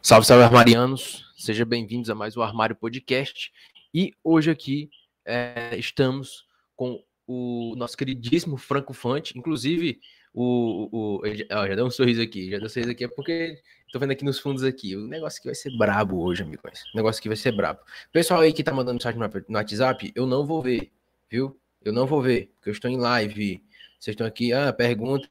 Salve, salve, armarianos! Sejam bem-vindos a mais um Armário Podcast. E hoje aqui estamos com o nosso queridíssimo Franco Fante. Inclusive, já deu um sorriso aqui. É porque tô vendo aqui nos fundos aqui. O negócio aqui vai ser brabo hoje, amigos. O negócio aqui vai ser brabo. Pessoal aí que tá mandando mensagem no WhatsApp, eu não vou ver, viu? Eu não vou ver, porque eu estou em live. Vocês estão aqui, pergunta...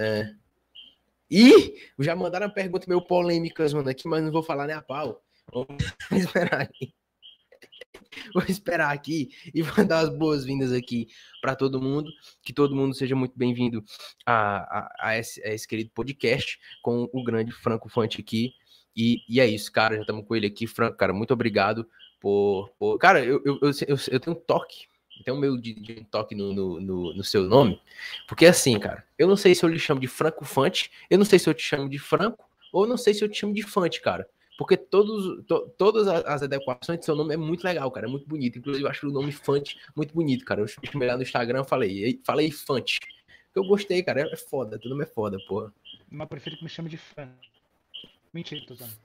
E já mandaram uma pergunta meio polêmicas, mano, aqui, mas não vou falar nem a pau. Vamos esperar aqui. Vou esperar aqui e vou dar as boas-vindas aqui para todo mundo. Que todo mundo seja muito bem-vindo a esse querido podcast com o grande Franco Fante aqui. E é isso, cara. Já estamos com ele aqui. Franco, cara, muito obrigado por... Cara, eu tenho um toque. Tem um meio de toque no seu nome. Porque assim, cara, eu não sei se eu lhe chamo de Franco Fante, eu não sei se eu te chamo de Franco, ou não sei se eu te chamo de Fante, cara. Porque todas as adequações do seu nome é muito legal, cara. É muito bonito. Inclusive, eu acho o nome Fante muito bonito, cara. Eu chamei lá no Instagram, falei Fante. Eu gostei, cara. É foda. Teu nome é foda, porra. Mas prefiro que me chame de Fran. Mentira, tô usando.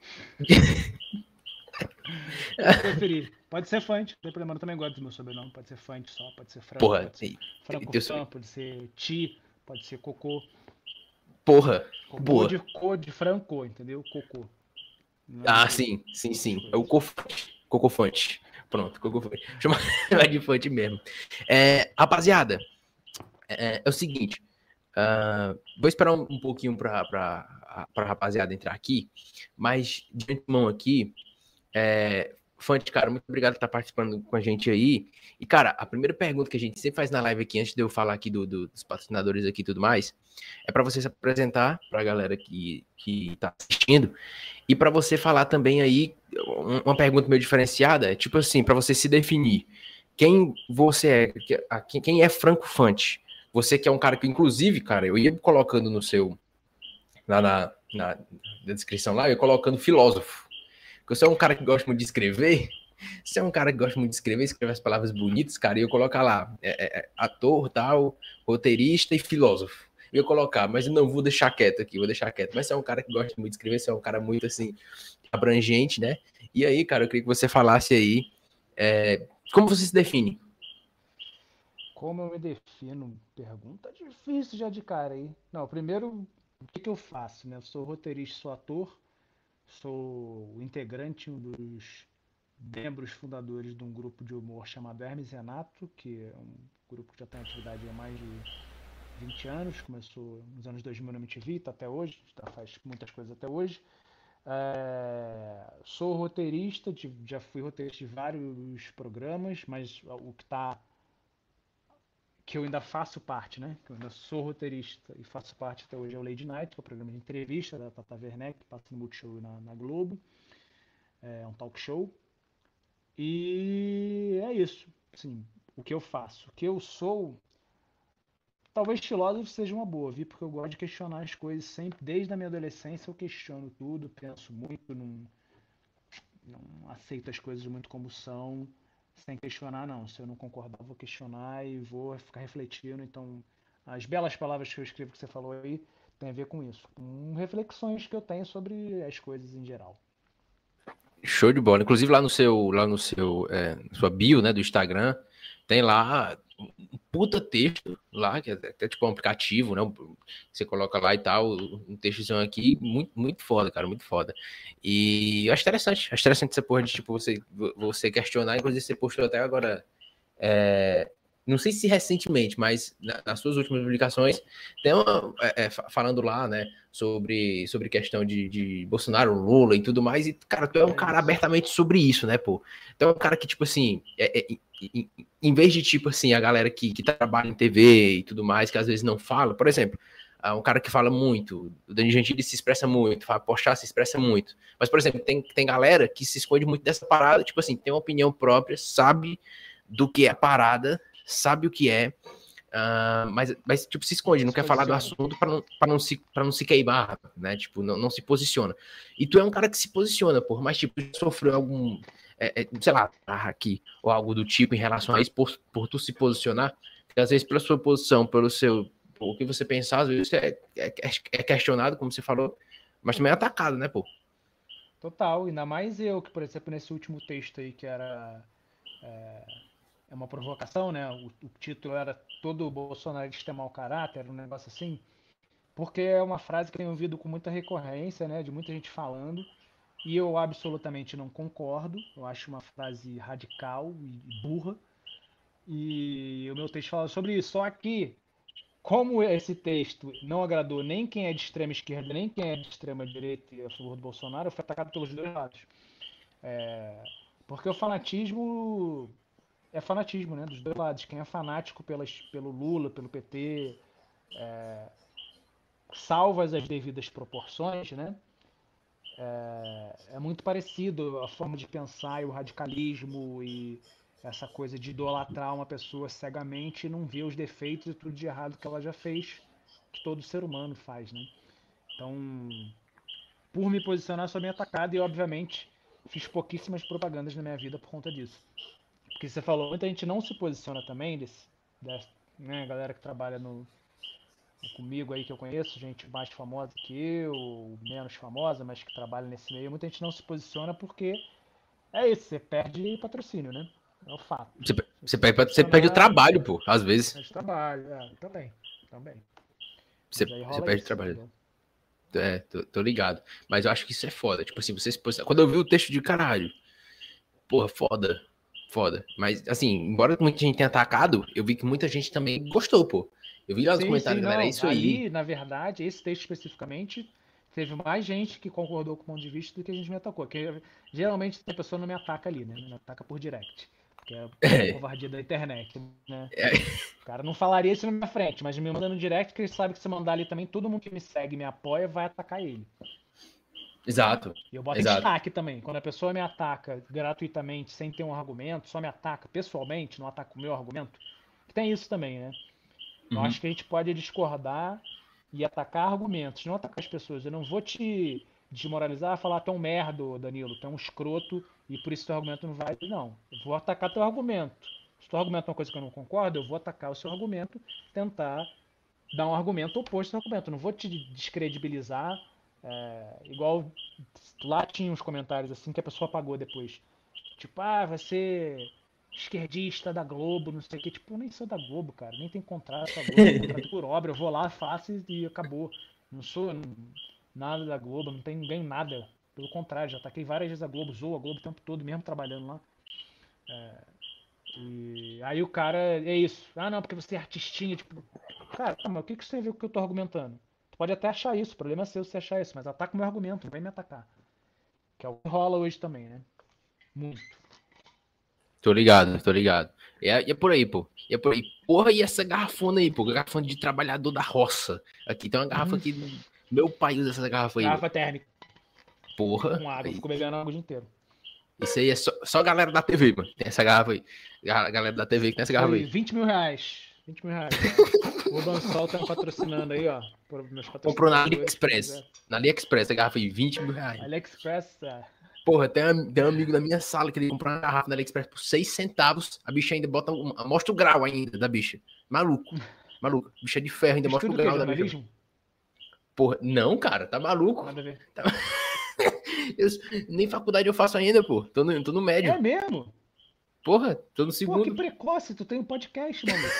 Eu preferi. Pode ser Fante, não tem problema. Eu também gosto do meu sobrenome. Pode ser Fante só, pode ser Franco. Porra, pode ser Franco Fran, pode ser Ti, pode ser Cocô. Porra, Cocô boa. de Franco, entendeu? Cocô. Sim. É o Cocofante. Pronto, Cocofante. Chama de Fante mesmo. Rapaziada, é o seguinte. Vou esperar um pouquinho pra rapaziada entrar aqui, mas de antemão aqui, Fante, cara, muito obrigado por estar participando com a gente aí. E, cara, a primeira pergunta que a gente sempre faz na live aqui, antes de eu falar aqui dos patrocinadores aqui e tudo mais, é para você se apresentar para a galera que tá assistindo e para você falar também aí, uma pergunta meio diferenciada, tipo assim, para você se definir. Quem você é? Quem é Franco Fante? Você que é um cara que, inclusive, cara, eu ia colocando no seu... Lá na descrição lá, eu ia colocando filósofo. Porque você é um cara que gosta muito de escrever, escreve as palavras bonitas, cara, e eu colocar lá, ator, tal, roteirista e filósofo. Eu ia colocar, mas eu não vou deixar quieto aqui, Mas você é um cara que gosta muito de escrever, você é um cara muito, assim, abrangente, né? E aí, cara, eu queria que você falasse aí, como você se define? Como eu me defino? Pergunta difícil já de cara aí. Não, primeiro, o que eu faço, né? Eu sou roteirista, sou ator, sou integrante, um dos membros fundadores de um grupo de humor chamado Hermes Renato, que é um grupo que já tem atividade há mais de 20 anos, começou nos anos 2000 na MTV, está até hoje, faz muitas coisas até hoje. Sou roteirista, já fui roteirista de vários programas, mas o que eu ainda faço parte, né? Que eu ainda sou roteirista e faço parte até hoje é o Lady Night, que é o programa de entrevista da Tata Werneck, que passa no Multishow e na Globo. É um talk show. E é isso. Assim, o que eu faço. O que eu sou. Talvez filósofo seja uma boa, viu? Porque eu gosto de questionar as coisas sempre. Desde a minha adolescência eu questiono tudo, penso muito, não aceito as coisas muito como são, sem questionar, não. Se eu não concordar, vou questionar e vou ficar refletindo. Então, as belas palavras que eu escrevo que você falou aí tem a ver com isso. Com reflexões que eu tenho sobre as coisas em geral. Show de bola. Inclusive lá no seu sua bio, né, do Instagram, tem lá um puta texto lá, que é até tipo um aplicativo, né? Você coloca lá e tal, um textozão aqui, muito, muito foda, cara, muito foda. E eu acho interessante essa porra de tipo você questionar, inclusive você postou até agora. Não sei se recentemente, mas nas suas últimas publicações, tem falando lá, né, sobre questão de Bolsonaro, Lula e tudo mais, e, cara, tu é um cara abertamente sobre isso, né, pô? Tu é um cara que, tipo assim, em vez de, tipo assim, a galera que trabalha em TV e tudo mais, que às vezes não fala, por exemplo, um cara que fala muito, o Danilo Gentili se expressa muito, Porchat se expressa muito, mas, por exemplo, tem galera que se esconde muito dessa parada, tipo assim, tem uma opinião própria, sabe do que é a parada, sabe o que é, mas tipo, se esconde, não quer falar do assunto para não se queimar, né? Tipo, não se posiciona. E tu é um cara que se posiciona, por mais tipo, sofreu algum, sei lá, aqui, ou algo do tipo em relação a isso, por tu se posicionar, porque às vezes pela sua posição, o que você pensar, às vezes é questionado, como você falou, mas também é atacado, né, pô? Total, ainda mais eu, que por exemplo nesse último texto aí que era é uma provocação, né? O título era Todo Bolsonarista é mau caráter, um negócio assim, porque é uma frase que eu tenho ouvido com muita recorrência, né? De muita gente falando, e eu absolutamente não concordo, eu acho uma frase radical e burra, e o meu texto fala sobre isso, só que como esse texto não agradou nem quem é de extrema esquerda, nem quem é de extrema direita e a favor do Bolsonaro, eu fui atacado pelos dois lados. Porque o fanatismo é fanatismo, né? Dos dois lados. Quem é fanático pelo Lula, pelo PT, salvas as devidas proporções, né? É muito parecido a forma de pensar e o radicalismo e essa coisa de idolatrar uma pessoa cegamente e não ver os defeitos e tudo de errado que ela já fez, que todo ser humano faz, né? Então, por me posicionar, sou bem atacado e, obviamente, fiz pouquíssimas propagandas na minha vida por conta disso. Porque você falou, muita gente não se posiciona também, né, galera que trabalha comigo aí que eu conheço, gente mais famosa que eu, menos famosa, mas que trabalha nesse meio, muita gente não se posiciona porque é isso, você perde patrocínio, né? É o fato. Você perde o trabalho, pô, às vezes. Perde trabalho, também. Mas aí Você rola perde isso, trabalho. entendeu? Tô ligado. Mas eu acho que isso é foda. Tipo assim, quando eu vi o texto de caralho, porra, foda. Foda. Mas, assim, embora muita gente tenha atacado, eu vi que muita gente também gostou, pô. Eu vi lá nos Sim, comentários, galera, é não. isso aí. Ali, na verdade, esse texto especificamente, teve mais gente que concordou com o ponto de vista do que a gente me atacou. Porque geralmente a pessoa não me ataca ali, né? Me ataca por direct. Que é a É, covardia da internet, né? é, O cara não falaria isso na minha frente, mas me manda no direct que ele sabe que se mandar ali também, todo mundo que me segue, me apoia, vai atacar ele. exato, E eu boto em exato. destaque também. Quando a pessoa me ataca gratuitamente, sem ter um argumento, só me ataca pessoalmente, não ataca o meu argumento, que tem isso também, né? Eu Uhum. acho que a gente pode discordar e atacar argumentos, não atacar as pessoas. Eu não vou te desmoralizar, falar tu é um merda, Danilo, tu é um escroto e por isso teu argumento não vale. Não, eu vou atacar teu argumento. Se teu argumento é uma coisa que eu não concordo, eu vou atacar o seu argumento, tentar dar um argumento oposto ao argumento. Eu não vou te descredibilizar, igual lá tinha uns comentários assim que a pessoa apagou depois. Tipo, vai ser esquerdista da Globo, não sei o que. Tipo, eu nem sou da Globo, cara. Nem tem contrato com a Globo, tem contrato por obra. Eu vou lá, faço e acabou. Não sou nada da Globo, não tenho, ganho nada. Pelo contrário, já ataquei várias vezes a Globo, zoo a Globo o tempo todo, mesmo trabalhando lá. E aí o cara, é isso. Ah, não, porque você é artistinha. Tipo, cara, tá, mas o que que isso tem a ver com o que eu tô argumentando? Tu pode até achar isso, o problema é seu se você achar isso, mas ataca o meu argumento, não vem me atacar. Que é o que rola hoje também, né? Muito. Tô ligado, tô ligado. E é por aí, pô. E é por aí. Porra, e essa garrafona aí, pô? Garrafona de trabalhador da roça. Aqui tem uma garrafa aqui. Meu pai usa essa garrafa aí, pô. Garrafa térmica Porra. com água, Aí. fico bebendo água o dia inteiro. Isso aí é só a galera da TV, mano. Tem essa garrafa aí. A galera da TV que tem essa garrafa Foi aí. 20 mil reais. 20 mil reais, ó. O Bansol tá me patrocinando aí, ó. Por meus Comprou na patrocinadores, quem AliExpress. quiser. Na AliExpress, a garrafa aí, 20 mil reais. AliExpress, Porra, tem um amigo da minha sala que ele comprou uma garrafa na AliExpress por 6 centavos. A bicha ainda bota. Mostra o grau ainda da bicha. Maluco. Maluco. Bicha de ferro, ainda mostra o estudo o quê? grau da bicha. Jornalismo? Porra, não, cara, tá maluco? Nada a ver. Tá- Eu- nem faculdade eu faço ainda, pô. Tô no É médio. mesmo? Porra, tô no Pô, que segundo. precoce, tu tem um podcast, maluco.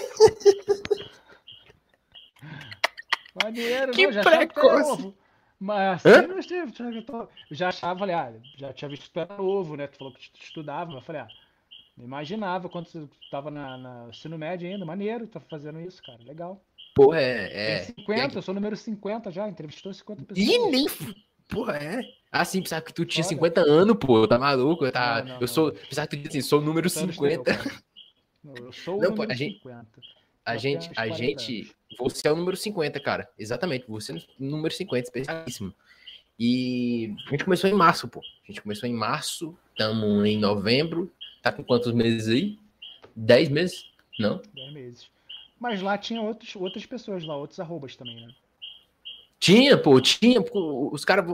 Maneiro, Que não, já achava que tu era precoce. novo. Mas Hã? assim, eu já achava, falei, já tinha visto que tu era novo, né? Tu falou que tu estudava, mas eu falei, não imaginava quando tu tava na ensino médio ainda. Maneiro, tá fazendo isso, cara, legal. Porra, Tem E 50, eu sou o número 50 já, entrevistou 50 Ih, pessoas. nem. Porra, é. Ah, sim, pensava que tu tinha Foda. 50 anos, pô. Tá maluco? Não, não, Eu não. sou. Pensava que tu dizia assim, sou o número Quantos anos tem eu, 50. cara? Eu sou o Não, pô, número 50. a Tô até gente, uns a 40 gente. anos. Você é o número 50, cara. Exatamente. Você é o número 50, especialíssimo. E a gente começou em março, pô. A gente começou em março, estamos em novembro. Tá com quantos meses aí? 10 meses? Não? 10 meses. Mas lá tinha outras pessoas lá, outros arrobas também, né? Tinha, pô, tinha. Os caras.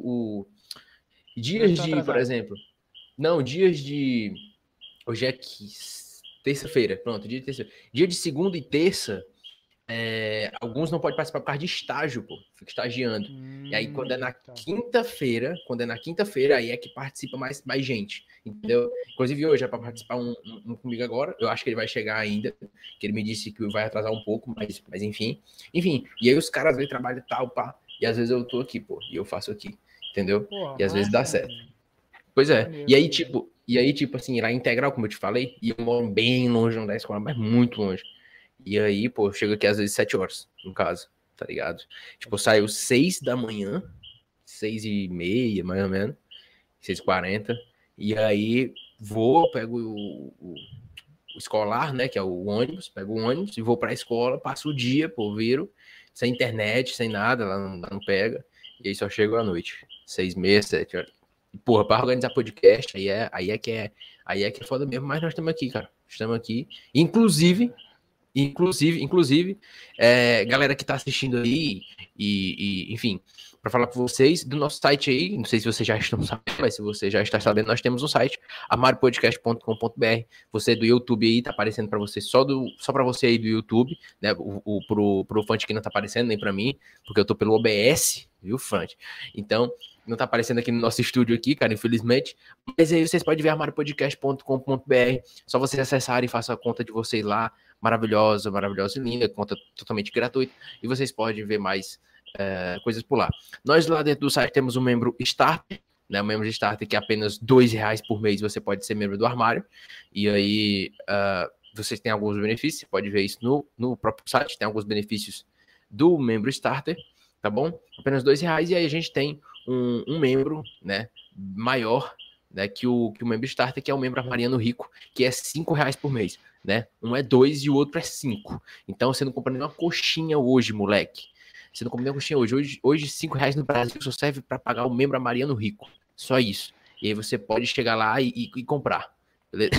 Eles Dias estão de, por atrasados. exemplo. Não, dias de. Hoje é terça-feira. Pronto, dia de terça. Dia de segunda e terça. alguns não podem participar por causa de estágio, pô. Fica estagiando. E aí, quando é na Tá. quinta-feira, aí é que participa mais gente, entendeu? Inclusive, hoje é para participar um comigo agora. Eu acho que ele vai chegar ainda, que ele me disse que vai atrasar um pouco, mas enfim. Enfim, e aí os caras aí trabalham e tal, pá. E às vezes eu tô aqui, pô, e eu faço aqui, entendeu? Porra, E às vezes dá massa, certo. mano. Pois é. Maneiro, E aí, maneiro. tipo assim, lá em Integral, como eu te falei, e eu moro bem longe da escola, mas muito longe. E aí, pô, eu chego aqui às vezes 7 horas, no caso, tá ligado? Tipo, eu saio 6 da manhã, 6h30, mais ou menos, 6h40, e aí vou, pego o escolar, né, que é o ônibus, pego o ônibus e vou pra escola, passo o dia, pô, viro, sem internet, sem nada, lá não pega, e aí só chego à noite, 6h30, 7 horas. E, porra, pra organizar podcast, aí é que é foda mesmo, mas nós estamos aqui, cara, estamos aqui, Inclusive, galera que tá assistindo aí, enfim, para falar com vocês do nosso site aí, não sei se vocês já estão sabendo, mas se você já está sabendo, nós temos um site, armariopodcast.com.br. Você do YouTube aí, tá aparecendo para você, só para você aí do YouTube, né? Pro Fante que não tá aparecendo, nem para mim, porque eu tô pelo OBS, viu, Fante? Então, não tá aparecendo aqui no nosso estúdio aqui, cara, infelizmente. Mas aí vocês podem ver armariopodcast.com.br. Só vocês acessarem e façam a conta de vocês lá, maravilhosa e linda, conta totalmente gratuita, e vocês podem ver mais coisas por lá. Nós lá dentro do site temos um membro Starter, né, um membro de Starter que é apenas R$2 por mês, você pode ser membro do armário, e aí vocês têm alguns benefícios, você pode ver isso no próprio site, tem alguns benefícios do membro Starter, tá bom? Apenas R$2, e aí a gente tem um membro, né, maior, né, que o membro Starter, que é o membro Armariano Rico, que é R$5 por mês, né? Um é 2 e o outro é 5. Então você não compra nenhuma coxinha hoje, moleque. Você não compra nenhuma coxinha hoje. Hoje R$5 no Brasil só serve para pagar o membro Mariano Rico. Só isso. E aí você pode chegar lá e comprar. Beleza?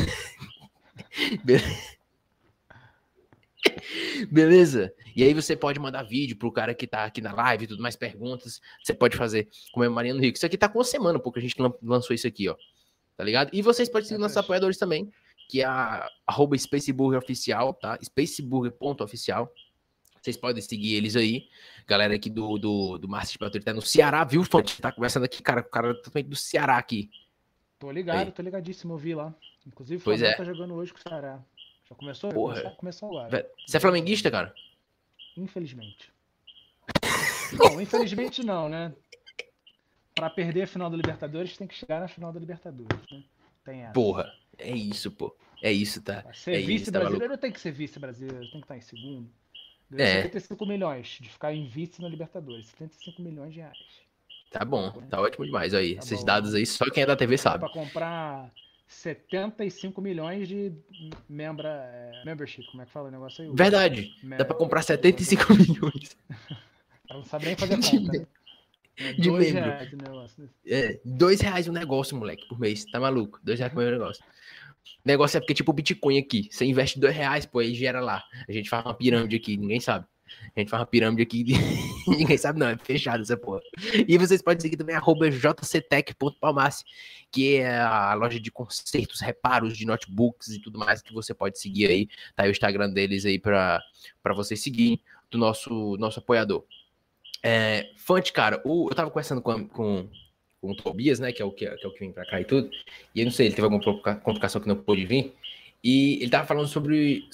Beleza? E aí você pode mandar vídeo pro cara que tá aqui na live e tudo mais, perguntas. Você pode fazer com o membro Mariano Rico. Isso aqui tá com uma semana, porque a gente lançou isso aqui, ó. Tá ligado? E vocês podem seguir nossos apoiadores também, que é a @SpaceBurgerOficial, tá? SpaceBurger.oficial. Vocês podem seguir eles aí. Galera aqui do Master de Batalha tá no Ceará, viu, Fonte? Tá conversando aqui, cara. O cara totalmente do Ceará aqui. Tô ligado, Aí. tô ligadíssimo, eu vi lá. Inclusive o Pois Flamengo é. tá jogando hoje com o Ceará. Já começou? Porra. Começou agora. Você é flamenguista, cara? Infelizmente. Não, infelizmente não, né? Pra perder a final da Libertadores, tem que chegar na final da Libertadores, né? Tem essa. Porra. É isso, pô. É isso, tá? Pra ser É isso, tá vice-brasileiro, maluco? tem que ser vice-brasileiro, tem que estar em segundo. Ganhou É. 75 milhões de ficar em vice na Libertadores. 75 milhões de reais. Tá bom. Tá bom, Tá ótimo demais. Aí, tá esses bom, dados né? aí, só quem é da TV Dá sabe. pra comprar 75 milhões de membership, como é que fala o negócio aí? Verdade. Dá pra comprar 75 milhões Ela não sabe nem fazer de, conta, né? de Dois membro. reais o negócio. R$2 um negócio, moleque, por mês. Tá maluco? R$2 por mês um negócio. O negócio é porque, tipo, o Bitcoin aqui. Você investe R$2, pô, aí gera lá. A gente faz uma pirâmide aqui, ninguém sabe. A gente faz uma pirâmide aqui, ninguém sabe não, é fechado essa porra. E vocês podem seguir também @jctech.palmace, que é a loja de consertos, reparos de notebooks e tudo mais que você pode seguir aí. Tá aí o Instagram deles aí pra vocês seguirem, do nosso apoiador. Fante, cara, eu tava conversando com o Tobias, né, que é o que vem pra cá e tudo, e eu não sei, ele teve alguma complicação que não pôde vir, e ele tava falando sobre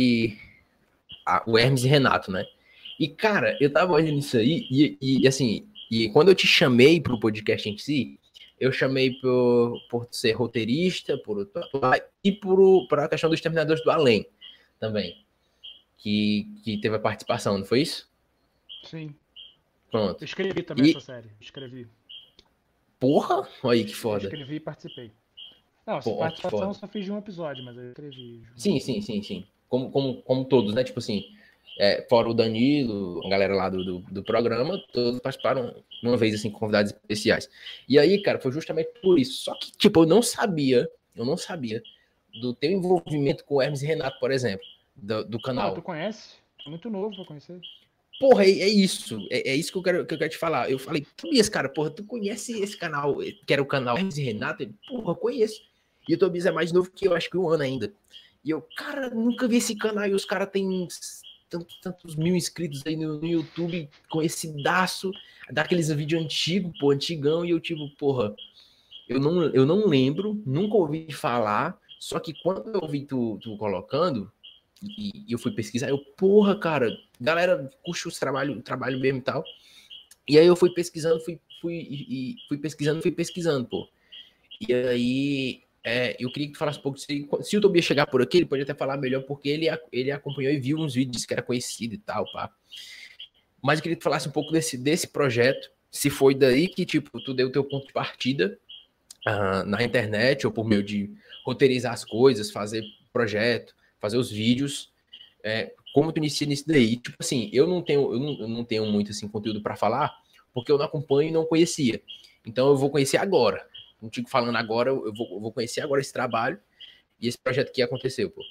o Hermes e Renato, né, e cara, eu tava olhando isso aí, e assim, e quando eu te chamei pro podcast em si, eu chamei por ser roteirista, por atuar, e por a questão dos Exterminadores do Além, também, que teve a participação, não foi isso? Sim. Pronto. Eu escrevi também essa série. Escrevi. Porra, olha aí que Eu foda. escrevi e participei. Não, essa Pô, participação eu só fiz de um episódio, mas eu escrevi. Sim. Como todos, né? Tipo assim, fora o Danilo, a galera lá do programa, todos participaram uma vez, assim, com convidados especiais. E aí, cara, foi justamente por isso. Só que, tipo, eu não sabia do teu envolvimento com o Hermes e Renato, por exemplo, do Não, tu canal. conhece? É muito novo pra conhecer. Porra, é isso. É isso que eu quero te falar. Eu falei, Tobias, cara, porra, tu conhece esse canal, que era o canal Hermes e Renato? Ele, porra, conheço. E o Tobias é mais novo que eu, acho que um ano ainda. E eu, cara, nunca vi esse canal. E os caras têm tantos mil inscritos aí no YouTube, conhecidaço, daqueles vídeos antigos, pô, antigão, e eu tipo, porra, eu não lembro, nunca ouvi falar, só que quando eu ouvi tu colocando, e eu fui pesquisar, eu, porra, cara, galera curte os trabalho mesmo e tal. E aí eu fui pesquisando, fui pesquisando, pô. E aí eu queria que tu falasse um pouco se o Tobias chegar por aqui, ele pode até falar melhor, porque ele acompanhou e viu uns vídeos que era conhecido e tal, pá. Mas eu queria que tu falasse um pouco desse projeto, se foi daí que, tipo, tu deu o teu ponto de partida na internet, ou por meio de roteirizar as coisas, fazer projeto, fazer os vídeos, como tu inicia nisso daí. Tipo assim, eu não tenho muito assim, conteúdo para falar, porque eu não acompanho e não conhecia. Então eu vou conhecer agora. Contigo falando agora, eu vou conhecer agora esse trabalho e esse projeto que aconteceu, pô.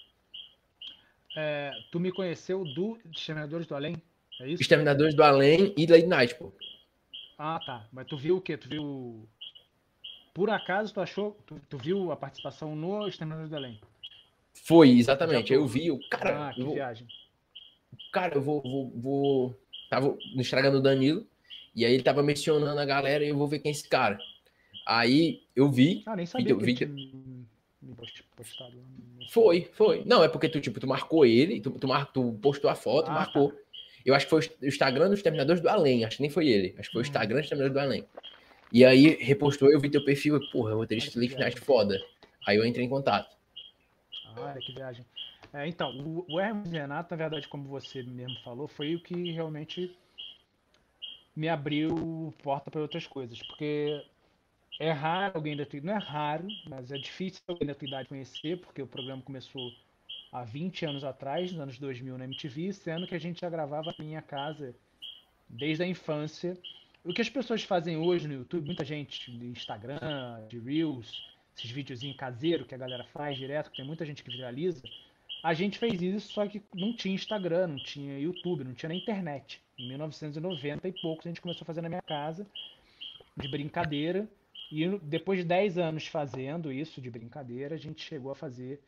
Tu me conheceu do Exterminadores do Além? É isso? Exterminadores do Além e Late Night, pô. Ah, tá. Mas tu viu o quê? Tu viu. Por acaso tu achou. Tu viu a participação no Exterminadores do Além? Foi, Os exatamente. Eu atores. vi, Ah, que viagem. Eu vou. Tava no Instagram do Danilo, e aí ele tava mencionando a galera e eu vou ver quem é esse cara. Aí eu vi. Ah, nem sabia que ele tinha me postado. Foi. Não, é porque tu marcou ele, tu postou a foto, marcou. Tá. Eu acho que foi o Instagram dos Terminadores do Além, acho que nem foi ele. Acho que foi o Instagram dos Terminadores do Além. E aí repostou, eu vi teu perfil, porra, eu roteirista de Late Night foda. Aí eu entrei em contato. Que viagem. Então, o Hermes e Renato, na verdade, como você mesmo falou, foi o que realmente me abriu porta para outras coisas. Porque é raro alguém da tua idade, não é raro, mas é difícil alguém da tua idade conhecer, porque o programa começou há 20 anos atrás, nos anos 2000 na MTV, sendo que a gente já gravava na minha casa desde a infância. O que as pessoas fazem hoje no YouTube, muita gente de Instagram, de Reels, esses videozinhos caseiros que a galera faz direto, que tem muita gente que viraliza, a gente fez isso, só que não tinha Instagram, não tinha YouTube, não tinha na internet. Em 1990 e poucos a gente começou a fazer na minha casa, de brincadeira. E depois de 10 anos fazendo isso de brincadeira, a gente chegou a fazer,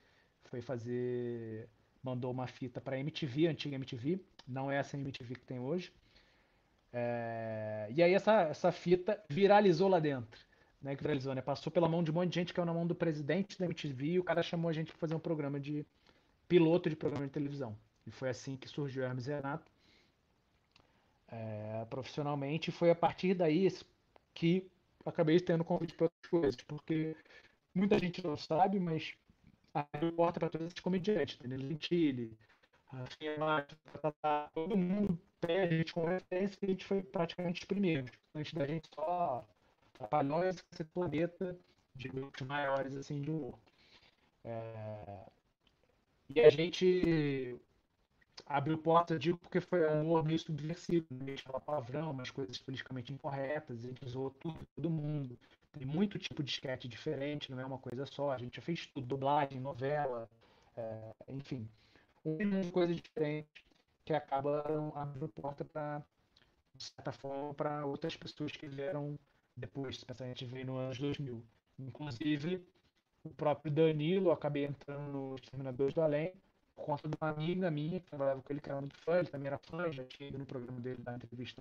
mandou uma fita para MTV, antiga MTV, não é essa MTV que tem hoje. E aí essa fita viralizou lá dentro. Né, que viralizou, né? Passou pela mão de um monte de gente, caiu na mão do presidente da MTV e o cara chamou a gente para fazer um programa de piloto de programa de televisão. E foi assim que surgiu o Hermes e Renato profissionalmente. E foi a partir daí que acabei tendo convite para outras coisas, porque muita gente não sabe, mas abriu porta para todos esses comediantes, Danilo Gentili, Rafinha Bastos, todo mundo tem a gente com referência e a gente foi praticamente os primeiros. Antes da gente só Trapalhões, esse planeta de grupos maiores assim de humor. E a gente abriu porta, eu digo, porque foi um humor meio subversivo, né? A gente fala palavrão, umas coisas politicamente incorretas, a gente usou tudo, todo mundo. Tem muito tipo de sketch diferente, não é uma coisa só. A gente já fez tudo, dublagem, novela, enfim. Uma coisa diferente que acaba abrindo porta para, de certa forma, para outras pessoas que vieram depois. A gente veio no anos 2000. Inclusive, o próprio Danilo, eu acabei entrando nos Terminadores do Além, por conta de uma amiga minha que trabalhava com ele, que era muito fã, ele também era fã, já tinha ido no programa dele da entrevista.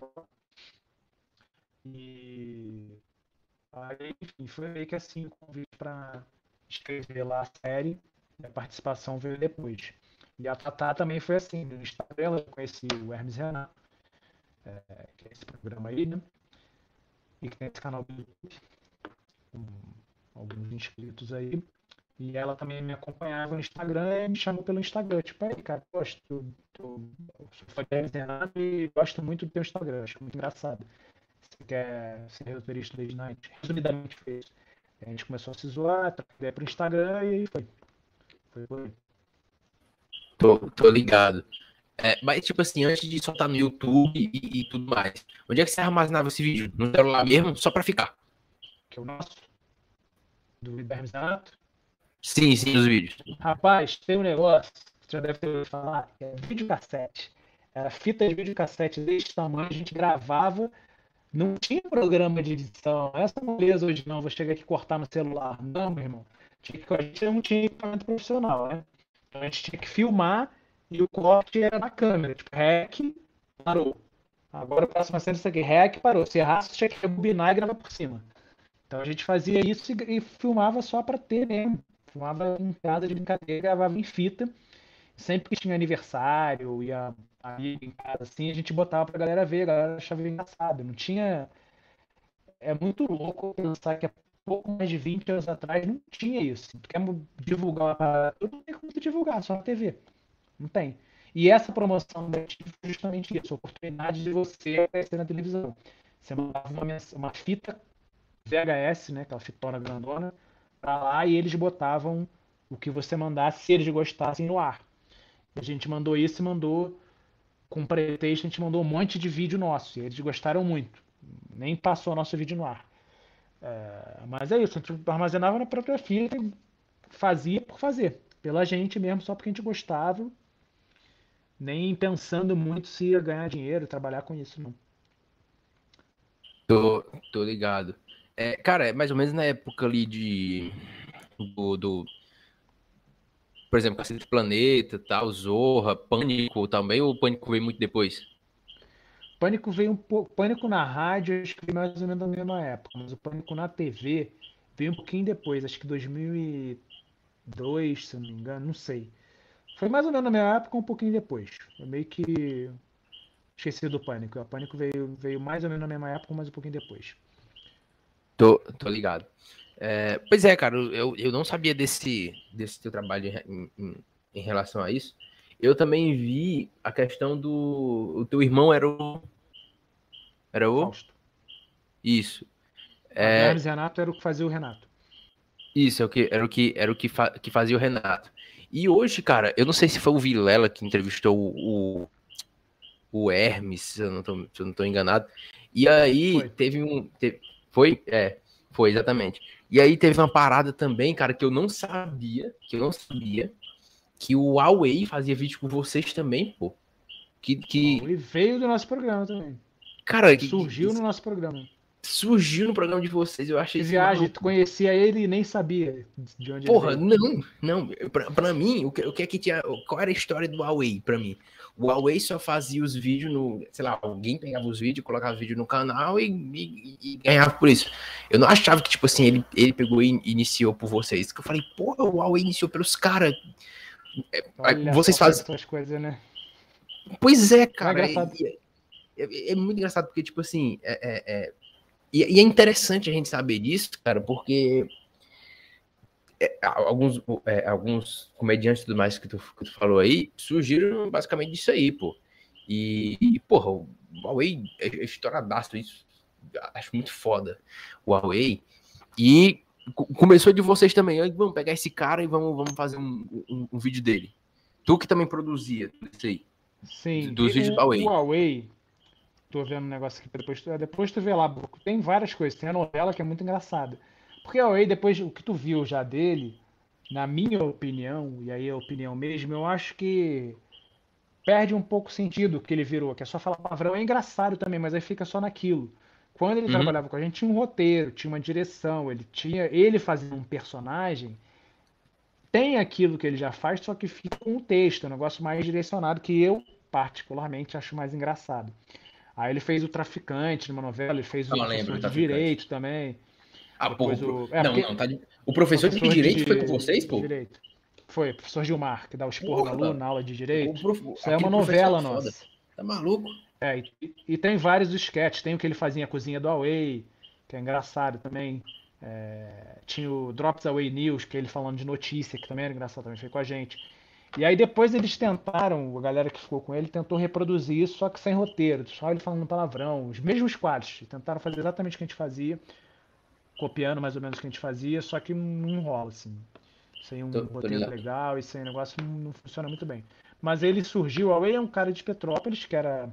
E aí, enfim, foi meio que assim o convite para escrever lá a série, e a participação veio depois. E a Tatá também foi assim, no Instagram eu conheci o Hermes Renato, que é esse programa aí, né? E que tem esse canal do YouTube, com alguns inscritos aí. E ela também me acompanhava no Instagram e me chamou pelo Instagram. Tipo, aí, cara, gosto, eu sou fã de Hermes Renato e gosto muito do teu Instagram, acho muito engraçado. Você quer ser roteirista Late Night? Resumidamente foi isso. A gente começou a se zoar, trocar ideia pro Instagram e aí foi. Foi por aí. Tô ligado. Mas, tipo assim, antes de soltar no YouTube e tudo mais, onde é que você armazenava esse vídeo? No celular mesmo, só pra ficar? Que é o nosso, do Hermes Renato. Sim, os vídeos. Rapaz, tem um negócio, você já deve ter ouvido falar, que é videocassete. Era fita de videocassete desse tamanho, a gente gravava. Não tinha programa de edição. Essa moleza hoje não, vou chegar aqui e cortar no celular. Não, meu irmão. A gente não tinha equipamento profissional, né? Então a gente tinha que filmar e o corte era na câmera. Tipo, REC, parou. Agora a próxima cena é isso aqui, REC, parou. Se errasse, tinha que rebobinar e gravar por cima. Então a gente fazia isso e filmava só pra ter mesmo. Filmava em casa de brincadeira, gravava em fita. Sempre que tinha aniversário, ia amigo em casa, assim, a gente botava pra galera ver, a galera achava engraçado. Não tinha. É muito louco pensar que há pouco mais de 20 anos atrás não tinha isso. Tu quer divulgar uma parada, tu não tem como tu divulgar, só na TV. Não tem. E essa promoção da Tive foi justamente isso, a oportunidade de você aparecer na televisão. Você mandava uma fita VHS, né, aquela fitona grandona, pra lá e eles botavam o que você mandasse, se eles gostassem, no ar. A gente mandou isso e mandou com pretexto, a gente mandou um monte de vídeo nosso. E eles gostaram muito. Nem passou nosso vídeo no ar. Mas é isso, a gente armazenava na própria fita e fazia por fazer. Pela gente mesmo, só porque a gente gostava, nem pensando muito se ia ganhar dinheiro, trabalhar com isso, não. Tô, tô ligado. Cara, é mais ou menos na época ali do por exemplo, Cacete Planeta, tal, Zorra, Pânico também, ou o Pânico veio muito depois? Pânico veio um pouco. Pânico na rádio, acho que veio mais ou menos na mesma época, mas o Pânico na TV veio um pouquinho depois, acho que 2002, se eu não me engano, não sei. Foi mais ou menos na minha época, um pouquinho depois. Eu meio que esqueci do Pânico. O Pânico veio mais ou menos na mesma época, mas um pouquinho depois. Tô ligado. Pois é, cara, eu não sabia desse teu trabalho em relação a isso. Eu também vi a questão do. O teu irmão era o. Era o? Fausto. Isso. O É, Hermes e Renato era o que fazia o Renato. isso, que fazia o Renato. E hoje, cara, eu não sei se foi o Vilela que entrevistou o Hermes, se eu não tô enganado. E aí Foi. foi? Foi, exatamente. E aí teve uma parada também, cara, que o Huawei fazia vídeo com vocês também, pô. Ele veio do nosso programa também. Cara, Ele surgiu no nosso programa. surgiu no programa de vocês, eu achei Que isso viagem, tu maluco. conhecia ele e nem sabia de onde ele Porra, veio. não, pra mim, o que é que tinha, qual era a história do Huawei pra mim? O Huawei só fazia os vídeos no, sei lá, alguém pegava os vídeos, colocava o vídeo no canal e ganhava por isso. Eu não achava que, tipo assim, ele pegou e iniciou por vocês. Que eu falei, porra, o Huawei iniciou pelos caras. Olha só Vocês como é que fazem. são as coisas, né? Pois é, Não é cara, engraçado. é muito engraçado, porque, tipo assim, e é interessante a gente saber disso, cara, porque alguns comediantes e tudo mais que tu falou aí surgiram basicamente disso aí, pô. Porra, o Huawei é estouradaço, isso. Acho muito foda o Huawei. E começou de vocês também. Vamos pegar esse cara e vamos fazer um vídeo dele. Tu que também produzia tudo isso aí, Sim, dos vídeos do o Huawei. Huawei, tô vendo um negócio aqui depois tu vê lá, tem várias coisas, tem a novela que é muito engraçada. Porque o Huawei, depois o que tu viu já dele, na minha opinião, e aí é a opinião mesmo, eu acho que perde um pouco o sentido que ele virou, que é só falar palavrão. É engraçado também, mas aí fica só naquilo. Quando ele Uhum. trabalhava com a gente, tinha um roteiro, tinha uma direção, ele fazia um personagem, tem aquilo que ele já faz, só que fica com um texto, um negócio mais direcionado, que eu, particularmente, acho mais engraçado. Aí ele fez o Traficante numa novela, ele fez o Não lembro Professor do de traficante. Direito também. Ah, porra. Depois o. É, Não, porque não, tá o professor de professor direito foi com vocês, de pô? Direito. Foi, professor Gilmar, que dá o esporro no aluno Porra, na aula de Direito. Isso aí é uma aquele professor é novela foda. nossa. Tá maluco? E tem vários sketches. Tem o que ele fazia a cozinha do Away, que é engraçado também. Tinha o Drops Away News, que é ele falando de notícia, que também era engraçado, também foi com a gente. E aí depois eles tentaram, a galera que ficou com ele tentou reproduzir isso, só que sem roteiro, só ele falando palavrão, os mesmos quadros. Tentaram fazer exatamente o que a gente fazia, copiando mais ou menos o que a gente fazia, só que não rola, assim. Sem um Tô roteiro ligado. legal e sem negócio não funciona muito bem. Mas ele surgiu, o Away é um cara de Petrópolis, que era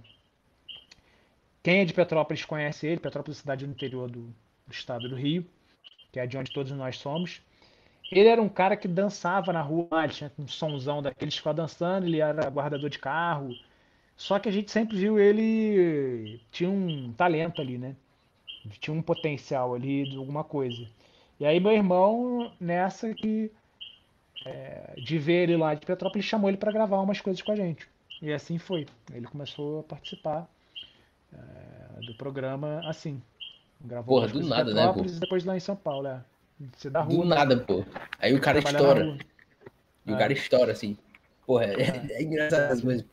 quem é de Petrópolis conhece ele. Petrópolis é cidade no interior do estado do Rio, que é de onde todos nós somos. Ele era um cara que dançava na rua, ele tinha um sonzão daqueles que ficava dançando, ele era guardador de carro. Só que a gente sempre viu ele tinha um talento ali, né? Tinha um potencial ali de alguma coisa. E aí meu irmão nessa que de ver ele lá de Petrópolis, chamou ele para gravar umas coisas com a gente. E assim foi. Ele começou a participar do programa assim. Gravou Porra, algumas do coisas em nada, né, pô? Petrópolis e depois lá em São Paulo, Ser da Do rua mesmo. nada, pô. Aí o cara Trabalhar na estoura. rua. E o cara estoura, assim. Porra, É. é engraçado as coisas.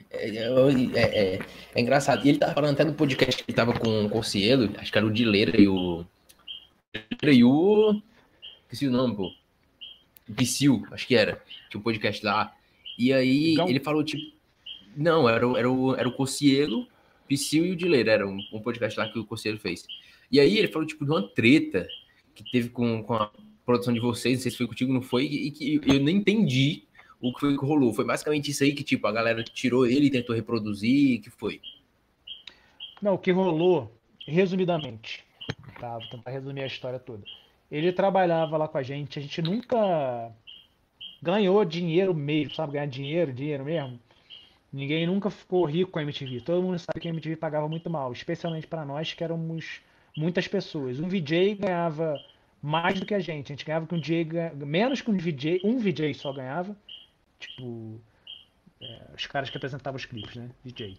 É engraçado. E ele tava falando até no podcast que ele tava com o Cielo, acho que era o Dileira e o. E o. Esqueci o nome, pô. O Psyu, acho que era. Tinha um podcast lá. E aí Igão? ele falou, tipo. Não, era o Cocielo, Psyu e o Dileira. Era um podcast lá que o Cocielo fez. E aí ele falou, tipo, de uma treta que teve com a produção de vocês, não sei se foi contigo, não foi, e que eu nem entendi o que foi que rolou. Foi basicamente isso aí que, tipo, a galera tirou ele e tentou reproduzir, que foi? Não, o que rolou, resumidamente, tá? Vou tentar resumir a história toda. Ele trabalhava lá com a gente nunca ganhou dinheiro mesmo, sabe? Ganhar dinheiro, dinheiro mesmo. Ninguém nunca ficou rico com a MTV. Todo mundo sabe que a MTV pagava muito mal, especialmente para nós que éramos muitas pessoas. Um VJ ganhava mais do que a gente. A gente ganhava que um DJ menos que um VJ só ganhava. Tipo, os caras que apresentavam os clipes, né? DJ.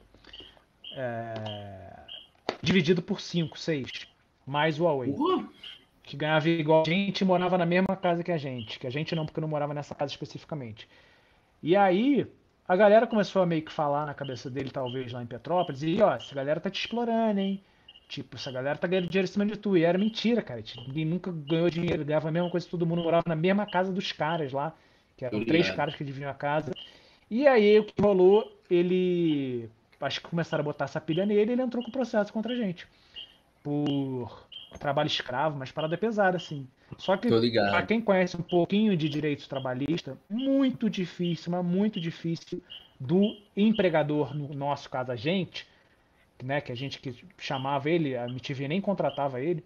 Dividido por 5, 6, mais o Huawei. Porra! Que ganhava igual a gente e morava na mesma casa que a gente. Que a gente não, porque não morava nessa casa especificamente. E aí, a galera começou a meio que falar na cabeça dele, talvez, lá em Petrópolis, e ó, essa galera tá te explorando, hein? Tipo, essa galera tá ganhando dinheiro em cima de tu. E era mentira, cara. Ninguém nunca ganhou dinheiro, ganhava a mesma coisa que todo mundo, morava na mesma casa dos caras lá, que Tô eram 3 ligado. caras que dividiam a casa. E aí, o que rolou, ele. Acho que começaram a botar essa pilha nele e ele entrou com processo contra a gente. Por trabalho escravo, mas parada pesada, assim. Só que, Tô para ligado. quem conhece um pouquinho de direito trabalhista, muito difícil, mas muito difícil do empregador, no nosso caso a gente, né, que a gente que chamava ele, a MTV nem contratava ele,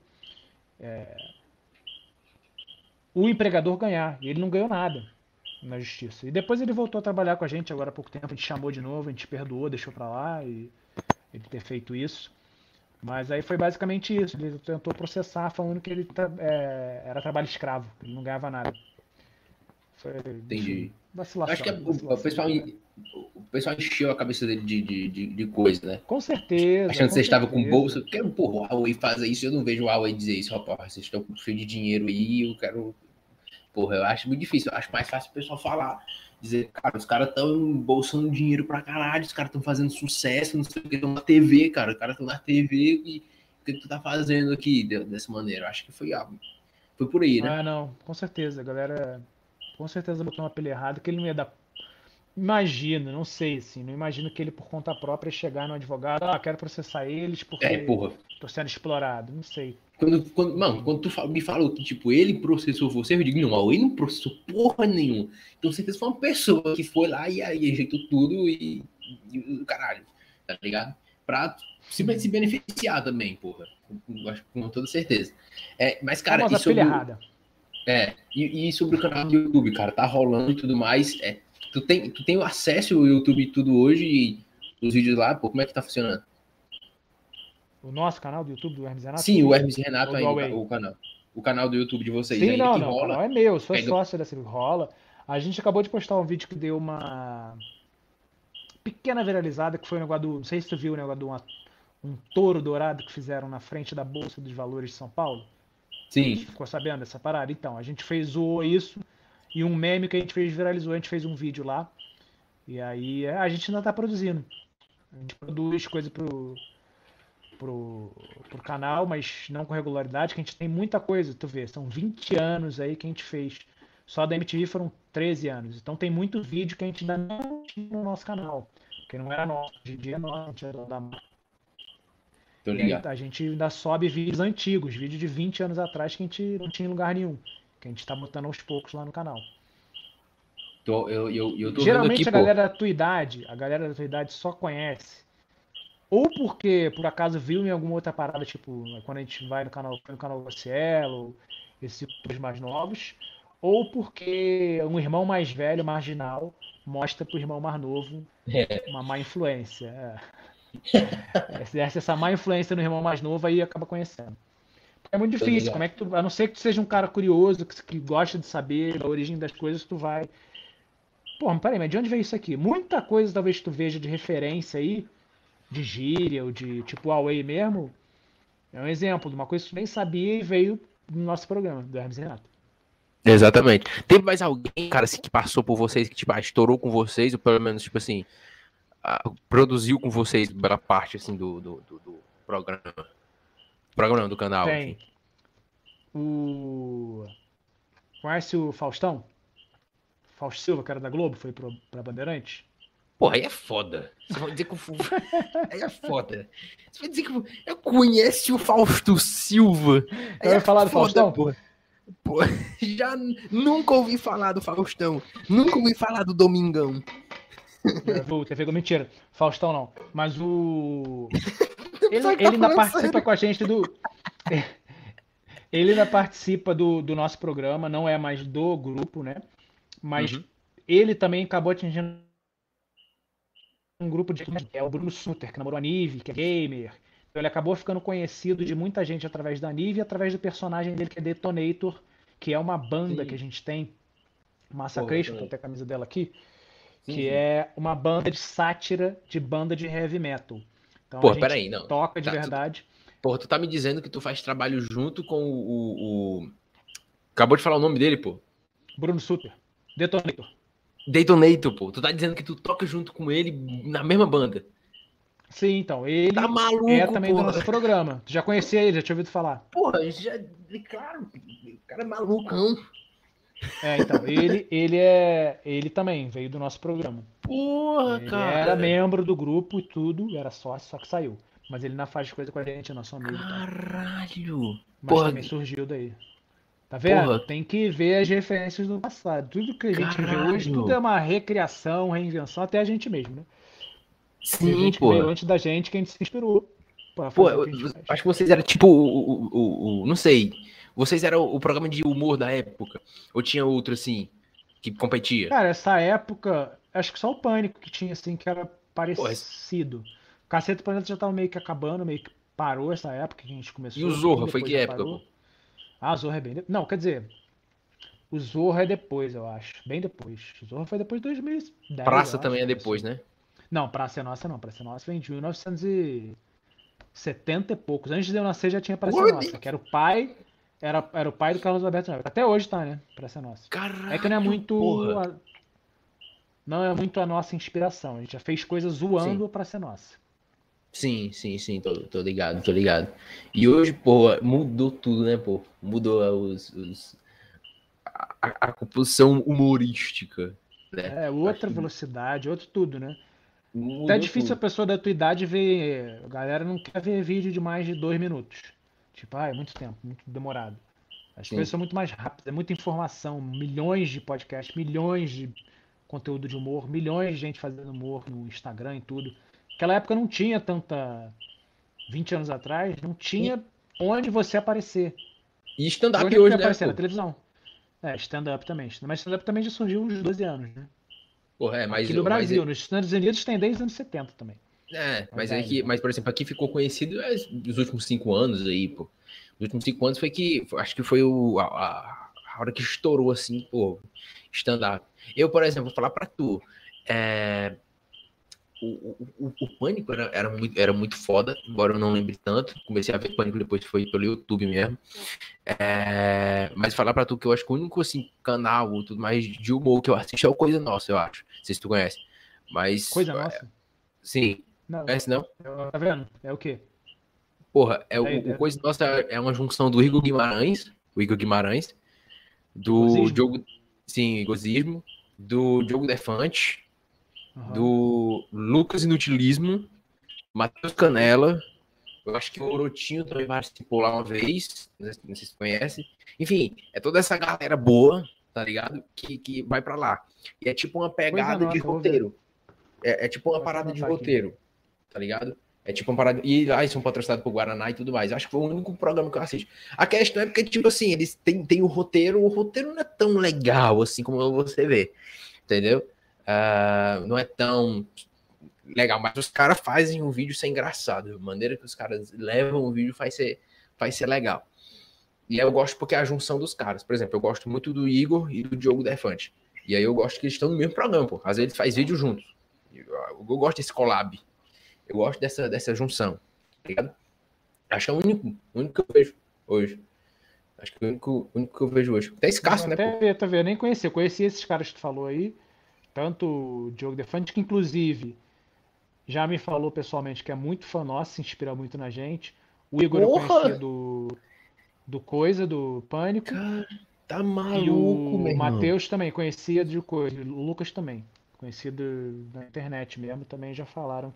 o empregador ganhar. E ele não ganhou nada na justiça. E depois ele voltou a trabalhar com a gente agora há pouco tempo, a gente chamou de novo, a gente perdoou, deixou pra lá e ele ter feito isso. Mas aí foi basicamente isso. Ele tentou processar falando que ele era trabalho escravo, ele não ganhava nada. Foi, enfim, Entendi. Eu acho que vacilação, o vacilação. pessoal encheu a cabeça dele de coisa, né? Com certeza, Achando que com vocês estavam com certeza. bolsa. Porque, porra, o Huawei faz isso, eu não vejo o Huawei dizer isso, rapaz. Vocês estão cheio de dinheiro aí, eu quero. Porra, eu acho muito difícil. Eu acho mais fácil o pessoal falar. Dizer, cara, os caras estão embolsando dinheiro pra caralho, os caras estão fazendo sucesso, não sei o que, estão na TV, cara. Os caras estão na TV e o que tu tá fazendo aqui dessa maneira? Eu acho que foi algo. Foi por aí, né? Ah, não, com certeza. A galera com certeza botou uma pilha errada que ele não ia dar. Imagino, não sei, assim, não imagino que ele por conta própria ia chegar no advogado, quero processar eles porque Porra. tô sendo explorado, não sei. Mano, quando me falou que, tipo, ele processou você, eu digo, não, o Huawei não processou porra nenhuma. Então, certeza foi uma pessoa que foi lá e aí ajeitou tudo e o caralho, tá ligado? Pra se beneficiar também, porra. Acho que com toda certeza. Mas, cara, Famosa pilha errada. e sobre o canal do YouTube, cara, tá rolando e tudo mais. Tu tem o acesso ao YouTube e tudo hoje e os vídeos lá, pô, como é que tá funcionando? O nosso canal do YouTube do Hermes Renato, você Sim, o diz? Hermes e Renato Ou do ainda, Huawei? o canal. O canal do YouTube de vocês Sim, ainda não, que não, o canal rola. é meu, eu sou Pega. sócio dessa rola. A gente acabou de postar um vídeo que deu uma pequena viralizada, que foi um negócio do, não sei se tu viu, o negócio de um touro dourado que fizeram na frente da Bolsa dos Valores de São Paulo. Sim. Ficou sabendo dessa parada? Então, a gente fez isso e um meme que a gente fez viralizou, a gente fez um vídeo lá. E aí a gente ainda tá produzindo. A gente produz coisa pro canal, mas não com regularidade, que a gente tem muita coisa, tu vê, são 20 anos aí que a gente fez. Só da MTV foram 13 anos. Então tem muito vídeo que a gente ainda não tinha no nosso canal, porque não era nosso, hoje em dia é nosso, a gente é dono da marca. Tô E aí ligado. a gente ainda sobe vídeos antigos, vídeos de 20 anos atrás que a gente não tinha em lugar nenhum, que a gente tá botando aos poucos lá no canal. Eu tô vendo aqui, Geralmente pô. a galera da tua idade só conhece ou porque por acaso viu em alguma outra parada, tipo, quando a gente vai no canal Cielo, esses youtubers mais novos, ou porque um irmão mais velho, marginal, mostra pro irmão mais novo uma má influência. Exerce essa má influência no irmão mais novo aí acaba conhecendo. É muito Tô difícil. ligado. Como é que tu, a não ser que tu seja um cara curioso, que gosta de saber a origem das coisas, tu vai. Pô, mas peraí, mas de onde veio isso aqui? Muita coisa talvez tu veja de referência aí, de gíria ou de tipo Huawei mesmo. É um exemplo de uma coisa que tu nem sabia e veio no nosso programa, do Hermes e Renato. Exatamente. Teve mais alguém, cara, assim, que passou por vocês, que, tipo, estourou com vocês, ou pelo menos, tipo assim, produziu com vocês pela parte, assim, do programa. Programa não, do canal, enfim. Tem o. Conhece o Faustão? Fausto Silva, cara da Globo, foi pra Bandeirantes. Porra, aí é foda. Você vai dizer que aí é foda. Você vai dizer que eu conhece o Fausto Silva. Já Aí é ouviu falar do foda, Faustão? porra. Pô, já nunca ouvi falar do Faustão. Nunca ouvi falar do Domingão. Já viu? TV Globo? Mentira. Faustão não. Mas o. Só que Ele tá ainda falando participa sério. com a gente do. Ele ainda participa do nosso programa, não é mais do grupo, né? Mas Uhum. ele também acabou atingindo um grupo de que é o Bruno Sutter, que namorou a Nive, que é gamer. Então ele acabou ficando conhecido de muita gente através da Nive e através do personagem dele, que é Detonator, que é uma banda que a Sim. gente tem, Porra, eu Massacration, tô também. até a camisa dela aqui, Sim, que sim. é uma banda de sátira de banda de heavy metal. Então a Porra, gente peraí, não. toca de Tá, verdade. porra, tu tá me dizendo que tu faz trabalho junto com Acabou de falar o nome dele, pô. Bruno Sutter, Detonator. Daytonator, pô. Tu tá dizendo que tu toca junto com ele na mesma banda. Sim, então, Tá ele é maluco, também do porra. nosso programa. Tu já conhecia ele, já tinha ouvido falar. Porra, já. Claro, o cara é malucão. É, então, ele também veio do nosso programa. Porra, Ele era cara. membro do grupo e tudo, era sócio, só que saiu. Mas ele ainda faz coisa com a gente, é nosso amigo e tal. Caralho. Mas Porra, também surgiu daí. Tá vendo? porra. Tem que ver as referências do passado. Tudo que a gente vê hoje, tudo é Caralho. uma recriação, reinvenção, até a gente mesmo, né? Tem Sim, gente que veio porra. antes da gente que a gente se inspirou pra Pô, fazer o que a gente faz. acho que vocês eram tipo não sei. Vocês eram o programa de humor da época? Ou tinha outro assim que competia? Cara, essa época, acho que só o Pânico que tinha, assim, que era Pô, parecido. O Cacete do Planeta já tava meio que acabando, meio que parou essa época que a gente e o começou, um pouquinho Zorra foi depois que já época, pô? parou. Ah, o Zorro é bem. Não, quer dizer, o Zorro é depois, eu acho. Bem depois. O Zorro foi depois de 2010, eu Praça acho, também é que depois, começou. né? Não, Praça é Nossa não. Praça é Nossa vem de 1970 e poucos. Antes de eu nascer já tinha Praça é Porra, Nossa, que era o pai. Era o pai do Carlos Alberto Neves. Até hoje tá, né? Praça é Nossa. É que não é caralho, muito. porra. Não é muito a nossa inspiração. A gente já fez coisas Sim. zoando a Praça é Nossa. Sim, sim, sim, tô ligado, tô ligado. E hoje, pô, mudou tudo, né, pô? Mudou a composição humorística, né? É Acho outra que velocidade, outro tudo, né? Até é mudou difícil a tudo. pessoa da tua idade ver. A galera não quer ver vídeo de mais de 2 minutos. Tipo, é muito tempo, muito demorado. As coisas Sim. são muito mais rápidas, é muita informação, milhões de podcasts, milhões de conteúdo de humor, milhões de gente fazendo humor no Instagram e tudo. Naquela época não tinha tanta. 20 anos atrás, não E, tinha onde você aparecer. e E stand-up onde é que tu ia hoje, né, aparecer? Na pô? televisão. É, stand-up também. Mas stand-up também já surgiu uns 12 anos, né? Porra, Aqui no mas Brasil, nos Estados Unidos tem desde os anos 70 também. Ou mas é 10 que, já. mas por exemplo, aqui ficou conhecido nos últimos 5 anos aí, pô. Os últimos 5 anos foi acho que foi a hora que estourou assim, pô, stand-up. Eu, por exemplo, vou falar pra tu, é, o Pânico era muito foda, embora eu não lembre tanto. Comecei a ver Pânico depois foi pelo YouTube mesmo. Mas falar pra tu que eu acho que o único assim, canal ou tudo mais de humor que eu assisto é o Coisa Nossa, eu acho. Não sei se tu conhece. Mas, Coisa nossa? sim. Não. Conhece não? Tá vendo? É o quê? Porra, Daí, o Coisa Nossa é uma junção do Igor Guimarães, do Gozismo? Diogo, sim, Gozismo, do Diogo Defante, Aham. do Lucas Inutilismo, Matheus Canela. Eu acho que o Orotinho também participou lá uma vez, não sei se você conhece. Enfim, é toda essa galera boa, tá ligado? Que vai pra lá. E é tipo uma Coisa pegada de nossa, vou ver. roteiro. É tipo uma Vou até parada de anotar aqui. roteiro, tá ligado? É tipo uma parada. E lá eles são patrocinados por Guaraná e tudo mais. Acho que foi o único programa que eu assisto. A questão é porque, tipo assim, eles têm o roteiro não é tão legal assim como você vê, entendeu? Não é tão legal, mas os caras fazem um vídeo ser engraçado. A maneira que os caras levam o vídeo faz ser legal. E aí eu gosto porque é a junção dos caras. Por exemplo, eu gosto muito do Igor e do Diogo Defante. E aí eu gosto que eles estão no mesmo programa, pô. Às vezes eles fazem vídeo juntos. Eu gosto desse collab. Eu gosto dessa junção, tá ligado? Acho que é o único que eu vejo hoje. Acho que é o único que eu vejo hoje. Até escasso, né, pô? Tá vendo? Nem conheci. Eu conheci esses caras que tu falou aí. Tanto o Diogo Defante, que inclusive já me falou pessoalmente que é muito fã nosso, se inspira muito na gente. O Igor eu conhecia Porra! do Coisa, do Pânico. Cara, tá E maluco, meu o irmão. Matheus também, conhecia de coisa. O Lucas também. Conhecia da internet mesmo. Também já falaram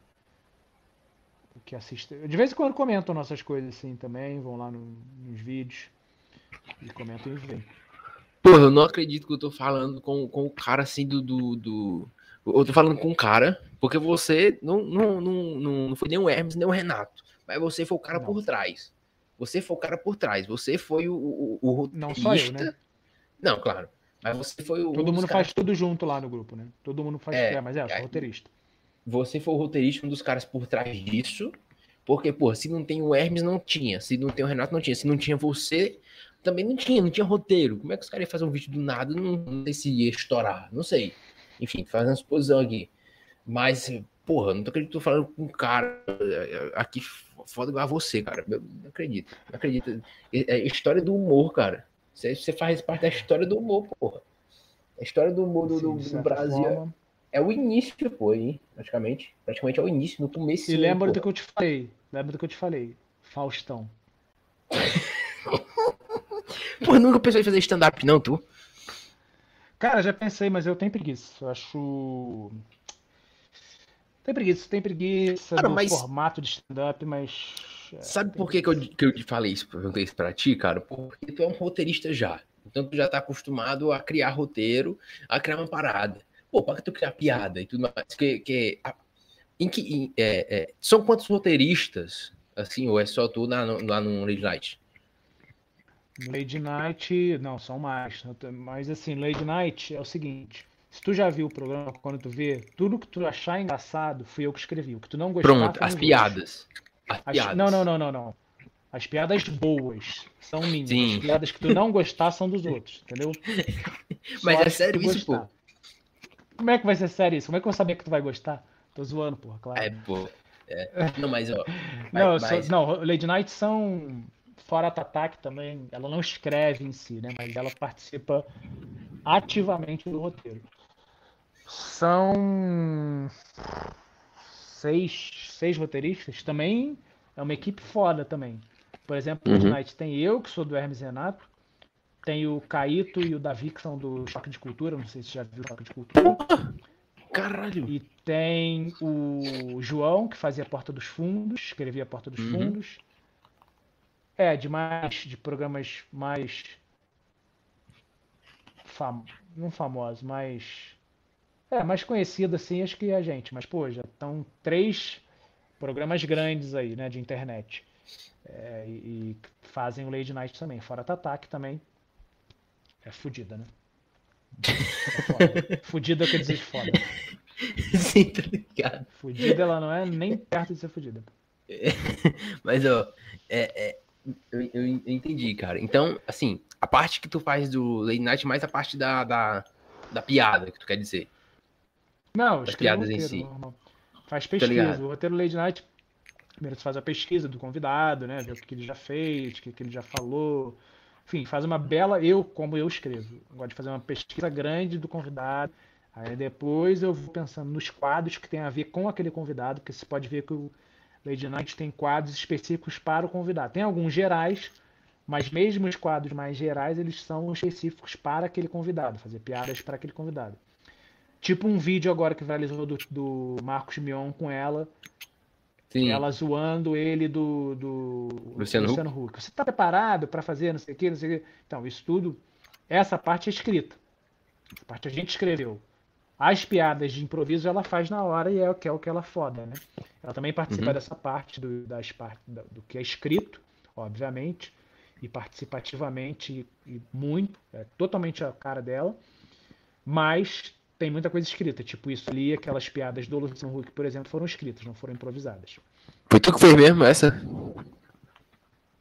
que assistem. De vez em quando comentam nossas coisas assim também. Vão lá nos vídeos e comentam e veem. Porra, eu não acredito que eu tô falando com o cara assim do. Eu tô falando com o cara, porque você não foi nem o Hermes, nem o Renato. Mas você foi o cara Não. por trás. Você foi o cara por trás. Você foi o Não só eu, né? roteirista. Não, claro. Mas você foi um Todo dos mundo caras faz que. tudo junto lá no grupo, né? Todo mundo faz. É, Mas eu sou roteirista. você foi o roteirista, um dos caras por trás disso. Porque, pô, se não tem o Hermes, não tinha. Se não tem o Renato, não tinha. Se não tinha você, também não tinha roteiro. Como é que os caras iam fazer um vídeo do nada? Não sei se ia estourar, não sei. Enfim, fazendo uma suposição aqui. Mas, porra, não tô acreditando que tô falando com um cara aqui foda igual a você, cara. Eu não acredito, não acredito. É história do humor, cara. Você faz parte da história do humor, porra. A história do humor do, Assim, do, de do certa Brasil forma. é o início, pô, aí, praticamente. Praticamente é o início, no E comecinho, lembra do porra. que eu te falei. Lembra do que eu te falei. Faustão. Porra, nunca pensou em fazer stand-up, não, tu? Cara, já pensei, mas eu tenho preguiça. Eu acho. Tem preguiça Cara, do mas formato de stand-up, mas. sabe Tem por que, que, eu, preguiça. que eu te falei isso, perguntei isso pra ti, cara? Porque tu é um roteirista já. Então tu já tá acostumado a criar roteiro, a criar uma parada. Pô, pra que tu criar piada e tudo mais? São quantos roteiristas, assim, ou é só tu lá no Late Night? Lady Night. Não, são mais. Mas assim, Lady Night é o seguinte. Se tu já viu o programa, quando tu vê, tudo que tu achar engraçado, fui eu que escrevi. O que tu não gostar Pronto, foram as os outros. piadas. As Não, não, piadas. não, não, não. As piadas boas são minhas. As Sim. piadas que tu não gostar são dos outros, entendeu? Mas Só é as que tu sério isso, pô? gostar. Como é que vai ser sério isso? Como é que eu vou saber que tu vai gostar? Tô zoando, porra, claro. É, pô. É. Não, mas, ó. Mas, Não, mas não, Lady Night são. Fora a Tatá, também. Ela não escreve em si, né? Mas ela participa ativamente do roteiro. São seis roteiristas. Também é uma equipe foda também. Por exemplo, Lady Uhum. Night tem eu, que sou do Hermes e Renato. Tem o Caíto e o Davi, que são do Choque de Cultura. Não sei se você já viu o Choque de Cultura. Caralho. E tem o João, que fazia a Porta dos Fundos, escrevia a Porta dos Uhum. Fundos. De programas mais não famosos, mais conhecido assim, acho que a gente. Mas pô, já estão três programas grandes aí, né, de internet. E fazem o Lady Night também, fora a Tatá, que também é fodida, né? É foda. Fodida quer dizer de foda. Sim, tá ligado. Fodida ela não é nem perto de ser fodida. Mas, ó, é, é, eu entendi, cara. Então, assim, a parte que tu faz do Late Night, mais a parte da piada, que tu quer dizer. Não, Das escreve o piadas em roteiro, si. normal. Faz Tá pesquisa. ligado? O roteiro Lady Night, primeiro você faz a pesquisa do convidado, né? Ver o que ele já fez, o que ele já falou. Enfim, faz uma bela. Como eu escrevo, eu gosto de fazer uma pesquisa grande do convidado. Aí depois eu vou pensando nos quadros que tem a ver com aquele convidado, porque você pode ver que o Lady Night tem quadros específicos para o convidado. Tem alguns gerais, mas mesmo os quadros mais gerais, eles são específicos para aquele convidado, fazer piadas para aquele convidado. Tipo um vídeo agora que viralizou do Marcos Mion com Sim. ela zoando ele do Luciano Luciano Huck? Huck. Você está preparado para fazer não sei o que, não sei o que? Então, isso tudo, essa parte é escrita. Essa parte a gente escreveu. As piadas de improviso ela faz na hora e é o que ela foda, né? Ela também participa Uhum. dessa parte do que é escrito, obviamente, e participativamente e muito, é totalmente a cara dela, mas tem muita coisa escrita, tipo isso ali, aquelas piadas do Luciano Huck, por exemplo, foram escritas, não foram improvisadas. Foi tu que fez mesmo essa?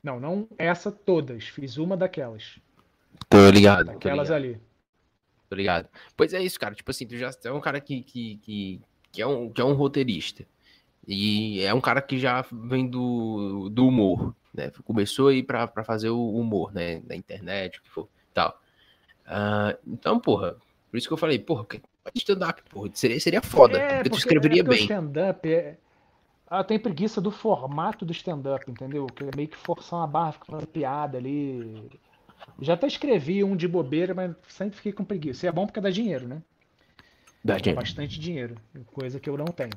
Não essa todas. Fiz uma daquelas. Tô ligado, tô Daquelas ligado, ali. tô ligado. Pois é isso, cara. Tipo assim, tu já é um cara que é um roteirista. E é um cara que já vem do humor, né? Começou aí pra fazer o humor, né? Na internet, o que for, tal. Então, porra, por isso que eu falei, porra, stand-up, porra, seria foda, porque tu É escreveria porque o bem. stand-up tem preguiça do formato do stand-up, entendeu? Que é meio que forçar uma barra, ficar fazendo piada ali. Já até escrevi um de bobeira, mas sempre fiquei com preguiça. E é bom porque dá dinheiro, né? Dá Dá dinheiro. bastante dinheiro, coisa que eu não tenho.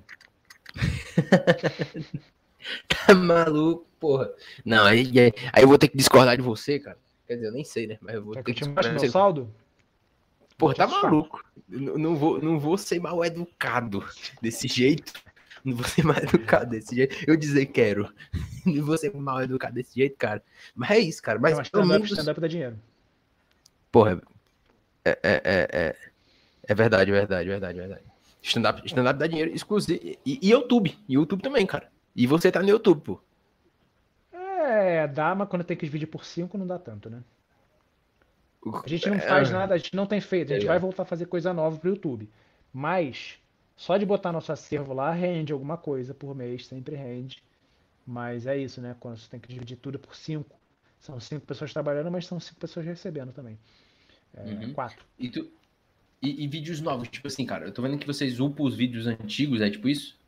Tá maluco, porra. Não, aí eu vou ter que discordar de você, cara. Quer dizer, eu nem sei, né? Mas eu vou Quer que ter eu que te discordar mostre de meu você. saldo? Vou Porra, te tá assustar. maluco. Não vou ser mal educado desse jeito. Não vou ser mal educado desse jeito. Eu dizer quero. Não vou ser mal educado desse jeito, cara. Mas é isso, cara. Mas Não, pelo menos. stand-up dá dinheiro. Porra, é verdade, verdade, verdade, verdade. Stand-up dá dinheiro exclusivo. E YouTube. E YouTube também, cara. E você tá no YouTube, pô. Dá, mas quando tem que dividir por 5 não dá tanto, né? A gente não faz nada, a gente não tem feito, a Tá gente vai ligado? voltar a fazer coisa nova pro YouTube. Mas, só de botar nosso acervo lá, rende alguma coisa por mês, sempre rende. Mas é isso, né? Quando você tem que dividir tudo por 5, são 5 pessoas trabalhando, mas são 5 pessoas recebendo também. É Uhum. 4. E, tu, e vídeos novos, tipo assim, cara, eu tô vendo que vocês upam os vídeos antigos, é tipo isso?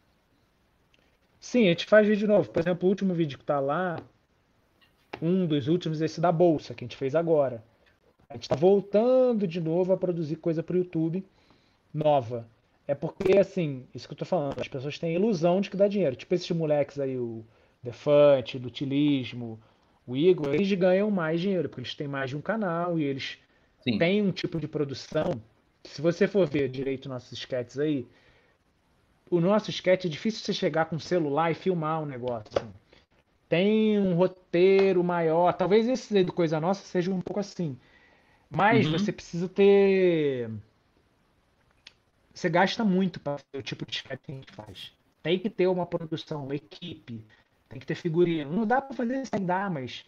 Sim, a gente faz vídeo novo. Por exemplo, o último vídeo que tá lá, um dos últimos, esse da bolsa, que a gente fez agora. A gente tá voltando de novo a produzir coisa pro YouTube nova. É porque, assim, isso que eu tô falando, as pessoas têm a ilusão de que dá dinheiro. Tipo esses moleques aí, o Defante, do Utilismo, o Igor, eles ganham mais dinheiro, porque eles têm mais de um canal e eles Sim. têm um tipo de produção. Se você for ver direito nossos sketches aí, o nosso sketch é difícil você chegar com um celular e filmar um negócio. Assim. Tem um roteiro maior. Talvez esse aí do Coisa Nossa seja um pouco assim. Mas você Uhum. precisa ter. Você gasta muito para o tipo de sketch que a gente faz. Tem que ter uma produção, uma equipe, tem que ter figurino. Não dá para fazer sem dar, mas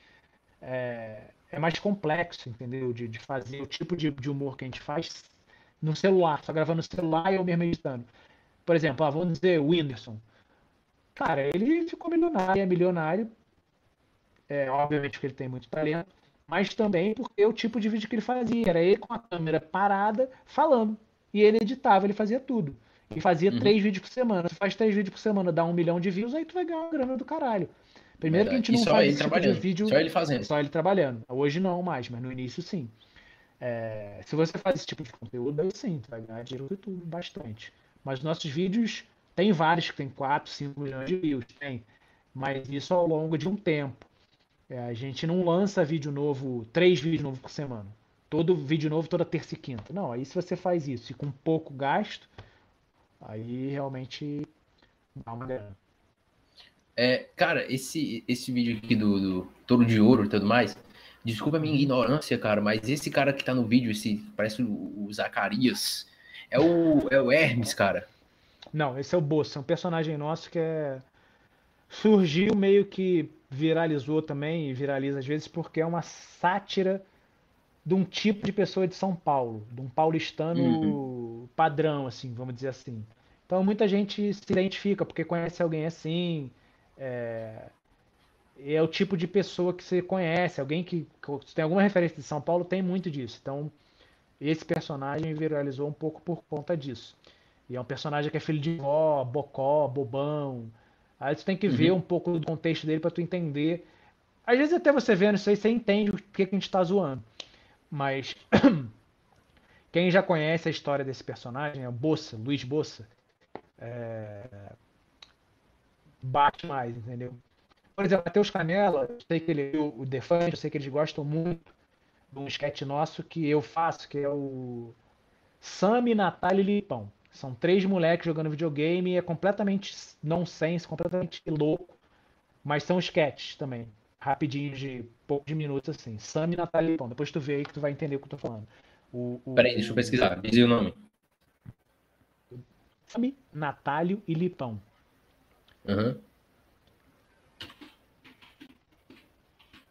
é mais complexo, entendeu? De fazer o tipo de humor que a gente faz no celular, só gravando no celular e eu mesmo editando. Por exemplo, vamos dizer, o Whindersson. Cara, ele ficou milionário, é milionário, obviamente porque ele tem muito talento, mas também porque o tipo de vídeo que ele fazia era ele com a câmera parada falando. E ele editava, ele fazia tudo. E fazia Uhum. 3 vídeos por semana. Se faz 3 vídeos por semana, dá 1 milhão de views, aí tu vai ganhar uma grana do caralho. Primeiro que a Verdade. gente E não só faz ele esse tipo de trabalhando. vídeo Só ele fazendo. só ele trabalhando. Hoje não mais, mas no início sim. Se você faz esse tipo de conteúdo, aí sim, tu vai ganhar dinheiro do YouTube bastante. Mas nossos vídeos, tem vários que tem 4, 5 milhões de views, tem. Mas isso ao longo de um tempo. A gente não lança vídeo novo, 3 vídeos novos por semana. Todo vídeo novo toda terça e quinta. Não, aí se você faz isso e com pouco gasto, aí realmente dá uma grana. Cara, esse vídeo aqui do Touro de Ouro e tudo mais, desculpa a minha Uhum. ignorância, cara, mas esse cara que tá no vídeo, parece o Zacarias, é o Hermes, cara. Não, esse é o Bossa, é um personagem nosso que surgiu meio que viralizou também, e viraliza às vezes porque é uma sátira de um tipo de pessoa de São Paulo, de um Uhum. paulistano padrão, assim, vamos dizer assim. Então muita gente se identifica porque conhece alguém assim, é o tipo de pessoa que você conhece, alguém que tem alguma referência de São Paulo tem muito disso. Então esse personagem viralizou um pouco por conta disso. E é um personagem que é filho de vó, bocó, bobão. Aí tu tem que ver um Uhum. pouco do contexto dele para tu entender. Às vezes até você vendo isso aí, você entende o que a gente tá zoando. Mas quem já conhece a história desse personagem, é o Bossa, Luiz Bossa, bate mais, entendeu? Por exemplo, Matheus Canela, eu sei que ele, o Defante, eu sei que eles gostam muito de um sketch nosso que eu faço, que é o Sami, Natália e Lipão. São 3 moleques jogando videogame e é completamente nonsense, completamente louco, mas são sketches também, rapidinhos de poucos de minutos assim. Sami, Natália e Lipão. Depois tu vê aí que tu vai entender o que eu tô falando. O, Peraí, deixa eu o pesquisar, dizia o nome. Sami, Natálio e Lipão. Uhum.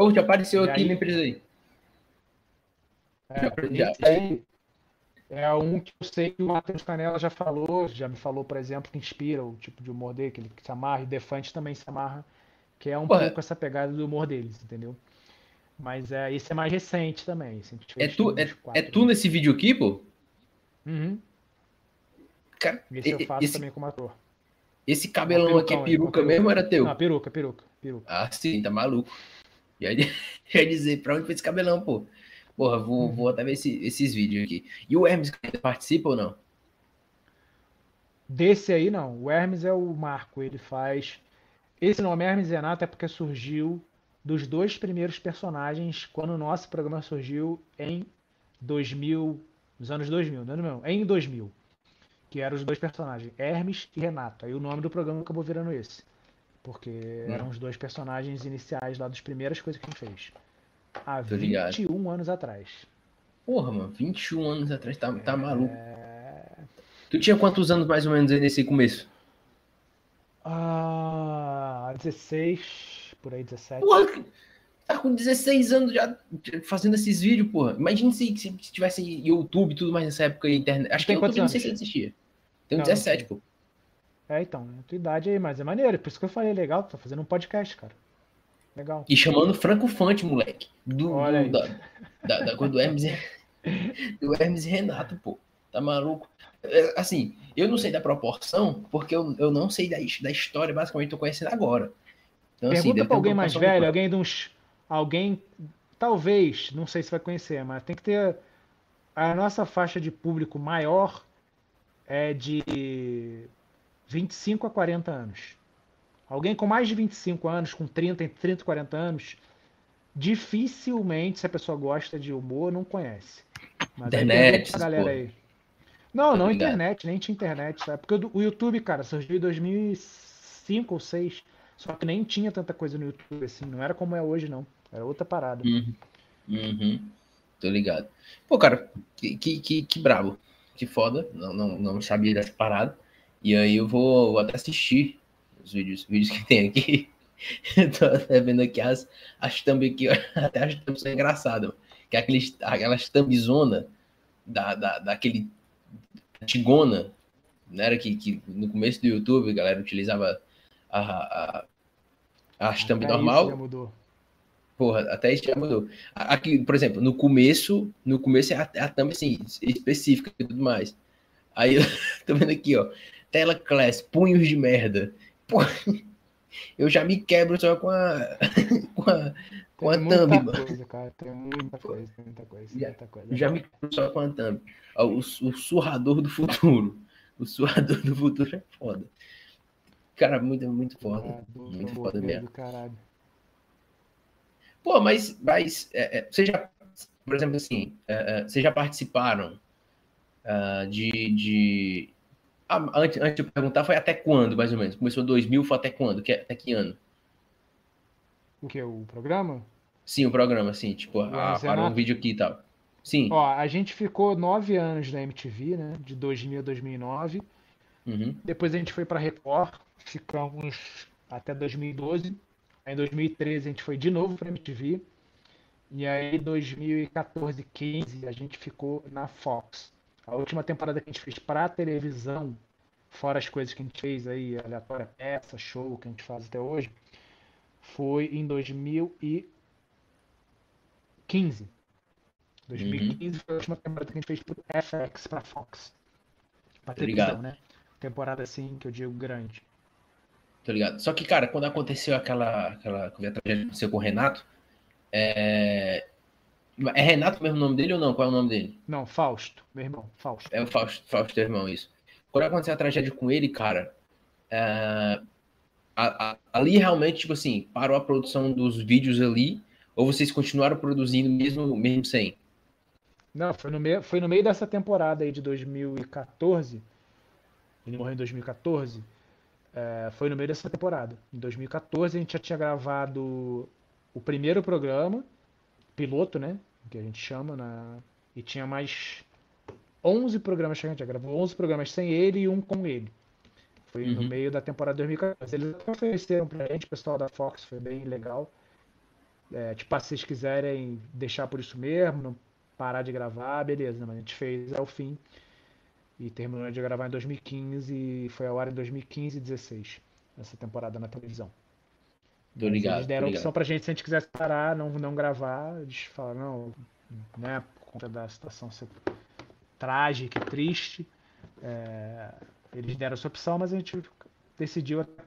Ou já apareceu E aqui na aí, empresa aí. Já, já. esse aí é um que eu sei que o Matheus Canella já me falou, por exemplo, que inspira o tipo de humor dele, que ele se amarra, e Defante também se amarra, que é um Porra, pouco essa pegada do humor deles, entendeu? Mas esse é mais recente também, esse a gente é fez tem tu, uns é 4 tu anos. nesse vídeo aqui, pô? Uhum. Cara, Esse eu faço também como ator. esse É uma cabelão aqui é perucão ele, com a peruca peruca. mesmo ou era Não, teu? peruca, peruca, peruca. Ah, sim, tá maluco. Já ia já ia dizer, pra onde foi esse cabelão, pô? Porra, vou Uhum. até ver esses vídeos aqui. E o Hermes participa ou não? Desse aí não, o Hermes é o Marco, ele faz. Esse nome Hermes e Renato é porque surgiu dos dois primeiros personagens quando o nosso programa surgiu em 2000, nos anos 2000, não, em 2000, que eram os dois personagens, Hermes e Renato. Aí o nome do programa acabou virando esse, porque eram Hum, os dois personagens iniciais lá das primeiras coisas que a gente fez, há tô ligado. 21 anos atrás. Porra, mano, 21 anos atrás, tá maluco. É... Tu tinha quantos anos mais ou menos aí nesse começo? 16, por aí, 17. Porra, tá com 16 anos já fazendo esses vídeos, porra. Imagina se tivesse YouTube e tudo mais nessa época, internet. Tu Acho que tem quantos YouTube não sei se anos? existia. Tenho Não, não 17, sei. pô. Então, a tua idade aí, mas é maneiro, por isso que eu falei, legal, tá fazendo um podcast, cara. Legal. E chamando Franco Fante, moleque. Olha aí. Da coisa do Hermes, do Hermes e Renato, pô. Tá maluco? É, assim, eu não sei da proporção, porque eu não sei da história, basicamente, tô conhecendo agora. Então, assim, Pergunta deve pra ter uma alguém mais proporção muito velho, maior. alguém, talvez, não sei se vai conhecer, mas tem que ter a nossa faixa de público maior é de 25 a 40 anos. Alguém com mais de 25 anos, com 30, entre 30 e 40 anos, dificilmente, se a pessoa gosta de humor, não conhece. Mas aí pergunta Internet, pra essas galera porra. aí. Não, Tá não ligado? internet, nem tinha internet, sabe? Porque o YouTube, cara, surgiu em 2005 ou 2006. Só que nem tinha tanta coisa no YouTube assim. Não era como é hoje, não. Era outra parada. Uhum, uhum, tô ligado. Pô, cara, que brabo. Que foda. Não sabia dessa parada. E aí eu vou até assistir os vídeos que tem aqui. Tô até vendo aqui as thumb aqui, ó. Até as thumb são engraçadas. Que é aquelas thumbzona daquele antigona, não era que no começo do YouTube a galera utilizava a, a, as thumb Até isso já normal. mudou. Porra, até isso já mudou. Aqui, por exemplo, no começo é a thumb assim, específica e tudo mais. Aí eu tô vendo aqui, ó. Tela Class, punhos de merda. Pô, eu já me quebro só com a, com a, com Tem a thumb, muita mano. coisa, cara. Tem muita coisa, tem muita coisa, tem Já, muita coisa. já me quebro só com a thumb. Ó, o surrador do futuro. O surrador do futuro é foda. Cara, muito foda. É Muito um foda roteiro mesmo. do caralho. Pô, mas você já, por exemplo, assim, vocês já participaram de. Antes de eu perguntar, foi até quando, mais ou menos? Começou 2000, foi até quando? Até que ano? O que? O programa? Sim, o programa, assim, tipo, O Hermes parou um Renato? vídeo aqui e tal. Ó, Sim. a gente ficou 9 anos na MTV, né? De 2000 a 2009. Uhum. Depois a gente foi pra Record. Ficamos até 2012. Aí em 2013 a gente foi de novo pra MTV. E aí, 2014, 15, a gente ficou na Fox. A última temporada que a gente fez pra televisão, fora as coisas que a gente fez aí, aleatória, peça, show, que a gente faz até hoje, foi em 2015. Uhum. 2015 foi a última temporada que a gente fez pro FX, pra Fox. Pra Tô televisão, ligado. né? Temporada assim, que eu digo grande. Tô ligado. Só que, cara, quando aconteceu aquela tragédia que aconteceu com o Renato, é Renato mesmo o nome dele ou não? Qual é o nome dele? Não, Fausto, meu irmão, Fausto. É o Fausto teu irmão, isso. Quando aconteceu a tragédia com ele, cara, ali realmente, tipo assim, parou a produção dos vídeos ali, ou vocês continuaram produzindo mesmo sem? Não, foi no meio dessa temporada aí de 2014. Ele morreu em 2014. Foi no meio dessa temporada. Em 2014 a gente já tinha gravado o primeiro programa, piloto, né? Que a gente chama, e tinha mais 11 programas que a gente já gravou, 11 programas sem ele e um com ele. Foi no Uhum. meio da temporada 2014. Eles até ofereceram pra gente, o pessoal da Fox, foi bem legal. Tipo, se vocês quiserem deixar por isso mesmo, não parar de gravar, beleza, mas a gente fez ao fim e terminou de gravar em 2015 e foi ao ar em 2015 e 16, essa temporada na televisão. Tô Mas eles ligado, tô deram a opção ligado. pra gente, se a gente quisesse parar, não gravar, eles falaram, não, né, por conta da situação ser trágica e triste, eles deram essa opção, mas a gente decidiu até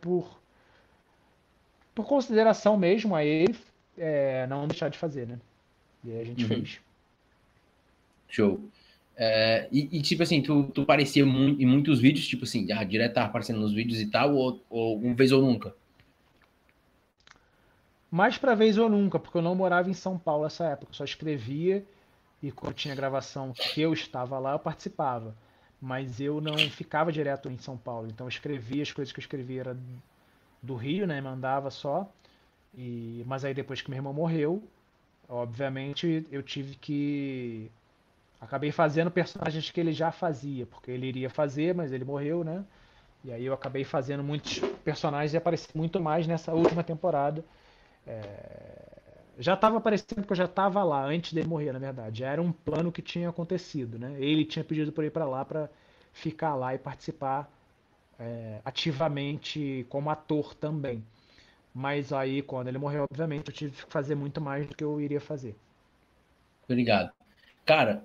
por consideração mesmo a ele, não deixar de fazer, né? E aí a gente Uhum. fez. Show. Tipo assim, tu aparecia em muitos vídeos, tipo assim, direto tava aparecendo nos vídeos e tal, ou uma vez ou nunca? Mais pra vez ou nunca, porque eu não morava em São Paulo nessa época, eu só escrevia e quando tinha gravação que eu estava lá, eu participava. Mas eu não ficava direto em São Paulo, então eu escrevia, as coisas que eu escrevia era do Rio, né? Mandava só. Mas aí depois que meu irmão morreu, obviamente eu tive que. Acabei fazendo personagens que ele já fazia, porque ele iria fazer, mas ele morreu, né? E aí eu acabei fazendo muitos personagens e apareci muito mais nessa última temporada. Já estava aparecendo porque eu já estava lá antes dele morrer, na verdade. Já era um plano que tinha acontecido, né? Ele tinha pedido para ir para lá para ficar lá e participar ativamente como ator também. Mas aí, quando ele morreu, obviamente, eu tive que fazer muito mais do que eu iria fazer. Tô ligado. Cara,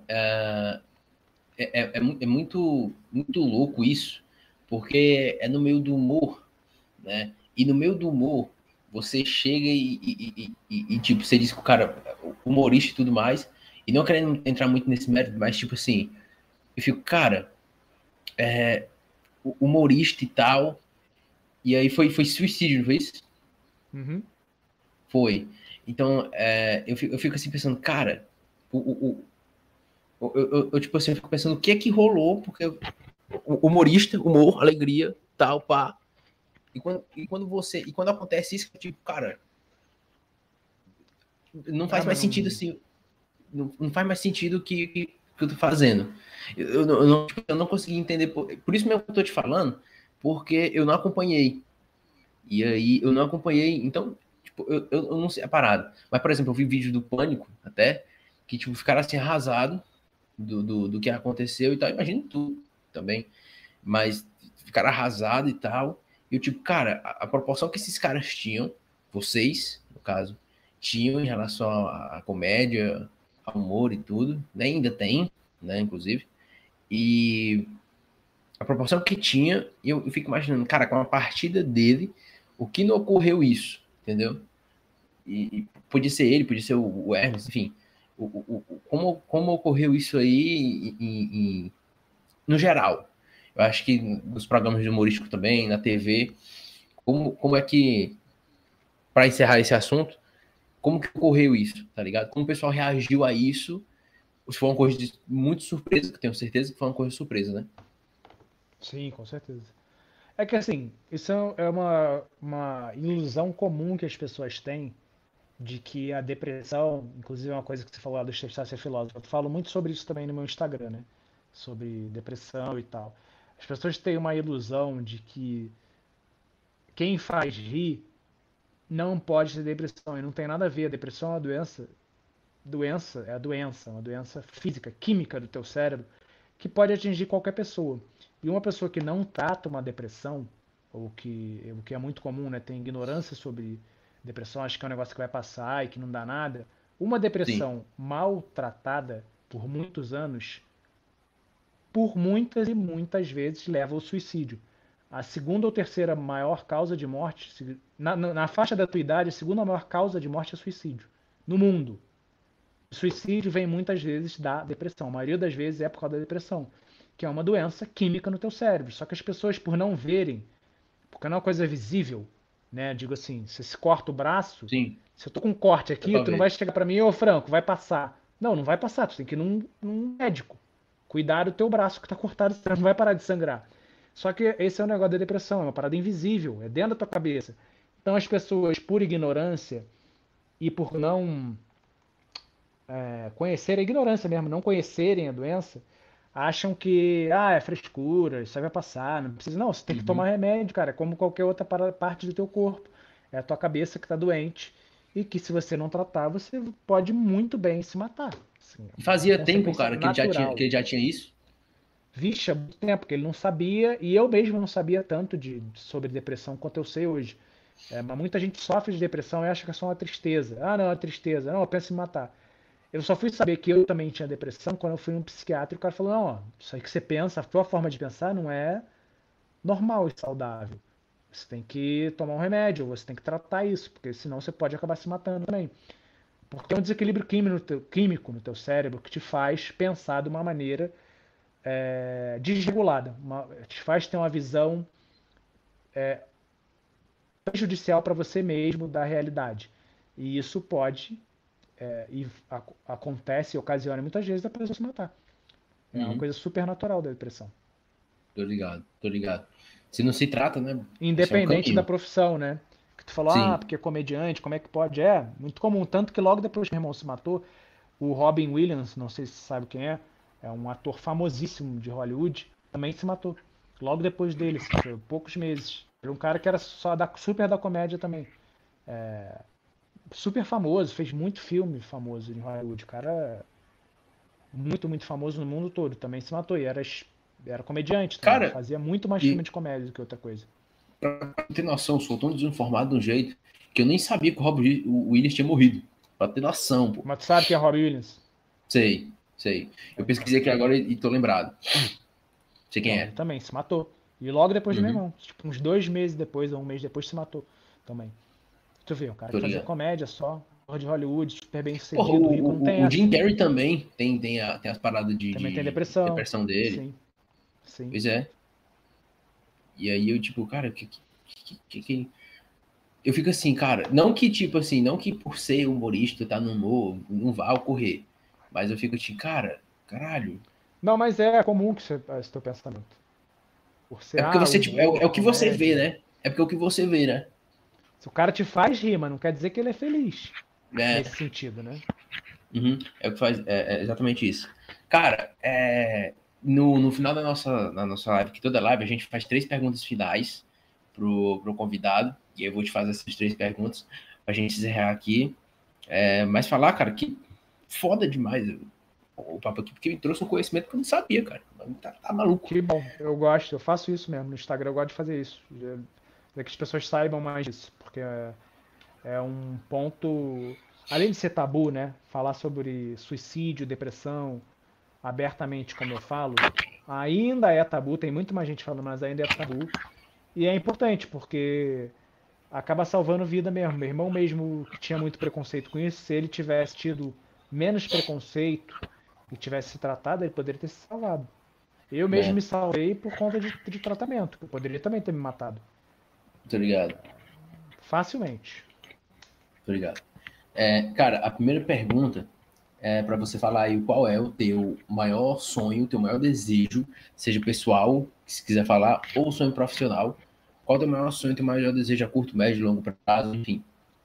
é muito, muito louco isso, porque é no meio do humor, né? E no meio do humor, você chega tipo, você diz que o cara é humorista e tudo mais, e não querendo entrar muito nesse mérito, mas tipo assim, eu fico, cara, humorista e tal, e aí foi suicídio, não foi isso? Uhum. Foi. Então, eu fico assim pensando, cara, o, o, tipo assim, eu fico pensando o que é que rolou, porque humorista, humor, alegria, tal, pá. E quando acontece isso, tipo, cara, não Ah, faz mas mais sentido não. assim, não faz mais sentido que eu tô fazendo. Eu não consegui entender, por isso mesmo que eu tô te falando, porque eu não acompanhei. E aí eu não acompanhei, então, tipo, eu não sei a parada. Mas, por exemplo, eu vi vídeo do Pânico até, que tipo, ficaram assim arrasados do que aconteceu e tal. Imagino tudo também. Mas ficaram arrasados e tal. E eu, tipo, cara, a proporção que esses caras tinham, vocês, no caso, tinham em relação à comédia, ao humor e tudo, né? Ainda tem, né, inclusive. E a proporção que tinha, eu fico imaginando, cara, com a partida dele, o que não ocorreu isso, entendeu? E podia ser ele, podia ser o Hermes, enfim. Como ocorreu isso aí no geral? Eu acho que nos programas de humorístico também, na TV, como é que, para encerrar esse assunto, como que ocorreu isso, tá ligado? Como o pessoal reagiu a isso? Se foi uma coisa de muito surpresa, que eu tenho certeza que foi uma coisa surpresa, né? Sim, com certeza. É que assim, isso é uma ilusão comum que as pessoas têm de que a depressão, inclusive é uma coisa que você falou lá do testar ser filósofo, eu falo muito sobre isso também no meu Instagram, né? Sobre depressão e tal. As pessoas têm uma ilusão de que quem faz rir não pode ter depressão, e não tem nada a ver. A depressão é uma doença, doença é a doença, uma doença física, química do teu cérebro, que pode atingir qualquer pessoa. E uma pessoa que não trata uma depressão, o que é muito comum, né? Tem ignorância sobre depressão, acho que é um negócio que vai passar e que não dá nada. Uma Sim, depressão mal tratada por muitos anos, por muitas e muitas vezes leva ao suicídio. A segunda ou terceira maior causa de morte, na faixa da tua idade, a segunda maior causa de morte é suicídio. No mundo. O suicídio vem muitas vezes da depressão. A maioria das vezes é por causa da depressão, que é uma doença química no teu cérebro. Só que as pessoas, por não verem, porque não é uma coisa visível, né? Digo assim, se você corta o braço, sim, se eu tô com um corte dá aqui, pra tu não vai ver. chegar pra mim, ô Franco, vai passar. Não, não vai passar, tu tem que ir num médico. Cuidar do teu braço que tá cortado, senão não vai parar de sangrar. Só que esse é o negócio da depressão, é uma parada invisível, é dentro da tua cabeça. Então as pessoas, por ignorância e por não conhecerem, a ignorância mesmo, não conhecerem a doença, acham que, é frescura, isso aí vai passar, não precisa. Não, você tem que tomar Uhum. remédio, cara, como qualquer outra parte do teu corpo. É a tua cabeça que tá doente. e que se você não tratar, você pode muito bem se matar. Assim, é E uma fazia tempo, consequência cara, que natural. ele já tinha isso? Vixe, há muito tempo que ele não sabia, e eu mesmo não sabia tanto sobre depressão quanto eu sei hoje. Mas muita gente sofre de depressão e acha que é só uma tristeza. Ah, não, é tristeza. Não, eu penso em matar. Eu só fui saber que eu também tinha depressão quando eu fui num psiquiatra e o cara falou, não, ó, isso aí que você pensa, a tua forma de pensar não é normal e saudável. Você tem que tomar um remédio, você tem que tratar isso, porque senão você pode acabar se matando também. Porque é um desequilíbrio químico no teu cérebro que te faz pensar de uma maneira desregulada, te faz ter uma visão prejudicial para você mesmo da realidade. E isso pode, acontece e ocasiona muitas vezes a pessoa se matar. É uma Uhum. coisa super natural da depressão. Tô ligado, tô ligado. Se não se trata, né? Esse é o Independente da caminho. profissão, né? Que tu falou, Sim. porque é comediante, como é que pode? É, muito comum. Tanto que logo depois que o meu irmão se matou, o Robin Williams, não sei se você sabe quem é um ator famosíssimo de Hollywood, também se matou. Logo depois dele, assim, foi poucos meses. Era um cara que era só super da comédia também. Super famoso, fez muito filme famoso em Hollywood. O cara muito, muito famoso no mundo todo, também se matou. E era comediante também, Cara, fazia muito mais filme e de comédia do que outra coisa. pra ter noção, eu sou tão desinformado de um jeito que eu nem sabia que o Williams tinha morrido. Pra ter noção, pô. Mas tu sabe quem é Robin Williams? Sei, sei. Eu Então, pesquisei aqui ele, agora e tô lembrado. Sei quem então, ele é. também se matou. E logo depois do meu Uhum, irmão, tipo, uns 2 meses depois, ou um mês depois, se matou também. Tu vê, um cara tô que fazia ligado. comédia só, de Hollywood, super bem Porra, sucedido, rico, não tem o Jim essa. Carrey também tem as paradas Também tem de depressão. depressão dele. Sim, sim. Pois é. E aí eu, tipo, cara, eu fico assim, cara, não que, tipo assim, não que por ser humorista, tá no humor, não vá ocorrer. Mas eu fico assim, cara, caralho. Não, mas é comum que esse teu pensamento. Por ser, É porque você, tipo, humor, é o que você vê, comédia. né? É porque é o que você vê, né? Se o cara te faz rir, mas não quer dizer que ele é feliz. É, Nesse sentido, né? uhum, é o que faz, é exatamente isso. Cara, no final da nossa live, que toda live a gente faz 3 perguntas finais pro convidado, e eu vou te fazer essas 3 perguntas pra gente encerrar aqui. Mas falar, cara, que foda demais o papo aqui, porque me trouxe um conhecimento que eu não sabia, cara. Tá maluco. Que bom, eu gosto, eu faço isso mesmo. No Instagram eu gosto de fazer isso. De que as pessoas saibam mais disso. Porque é um ponto. Além de ser tabu, né? Falar sobre suicídio, depressão, abertamente, como eu falo, ainda é tabu. Tem muito mais gente falando, mas ainda é tabu. E é importante, porque acaba salvando vida mesmo. Meu irmão mesmo, que tinha muito preconceito com isso, se ele tivesse tido menos preconceito e tivesse se tratado, ele poderia ter se salvado. Eu mesmo É, me salvei por conta de tratamento. Eu poderia também ter me matado. tô ligado, Facilmente. tô ligado. Cara, a primeira pergunta é para você falar aí qual é o teu maior sonho, o teu maior desejo, seja pessoal, se quiser falar, ou sonho profissional. Qual é o teu maior sonho, teu maior desejo a curto, médio, longo prazo, enfim.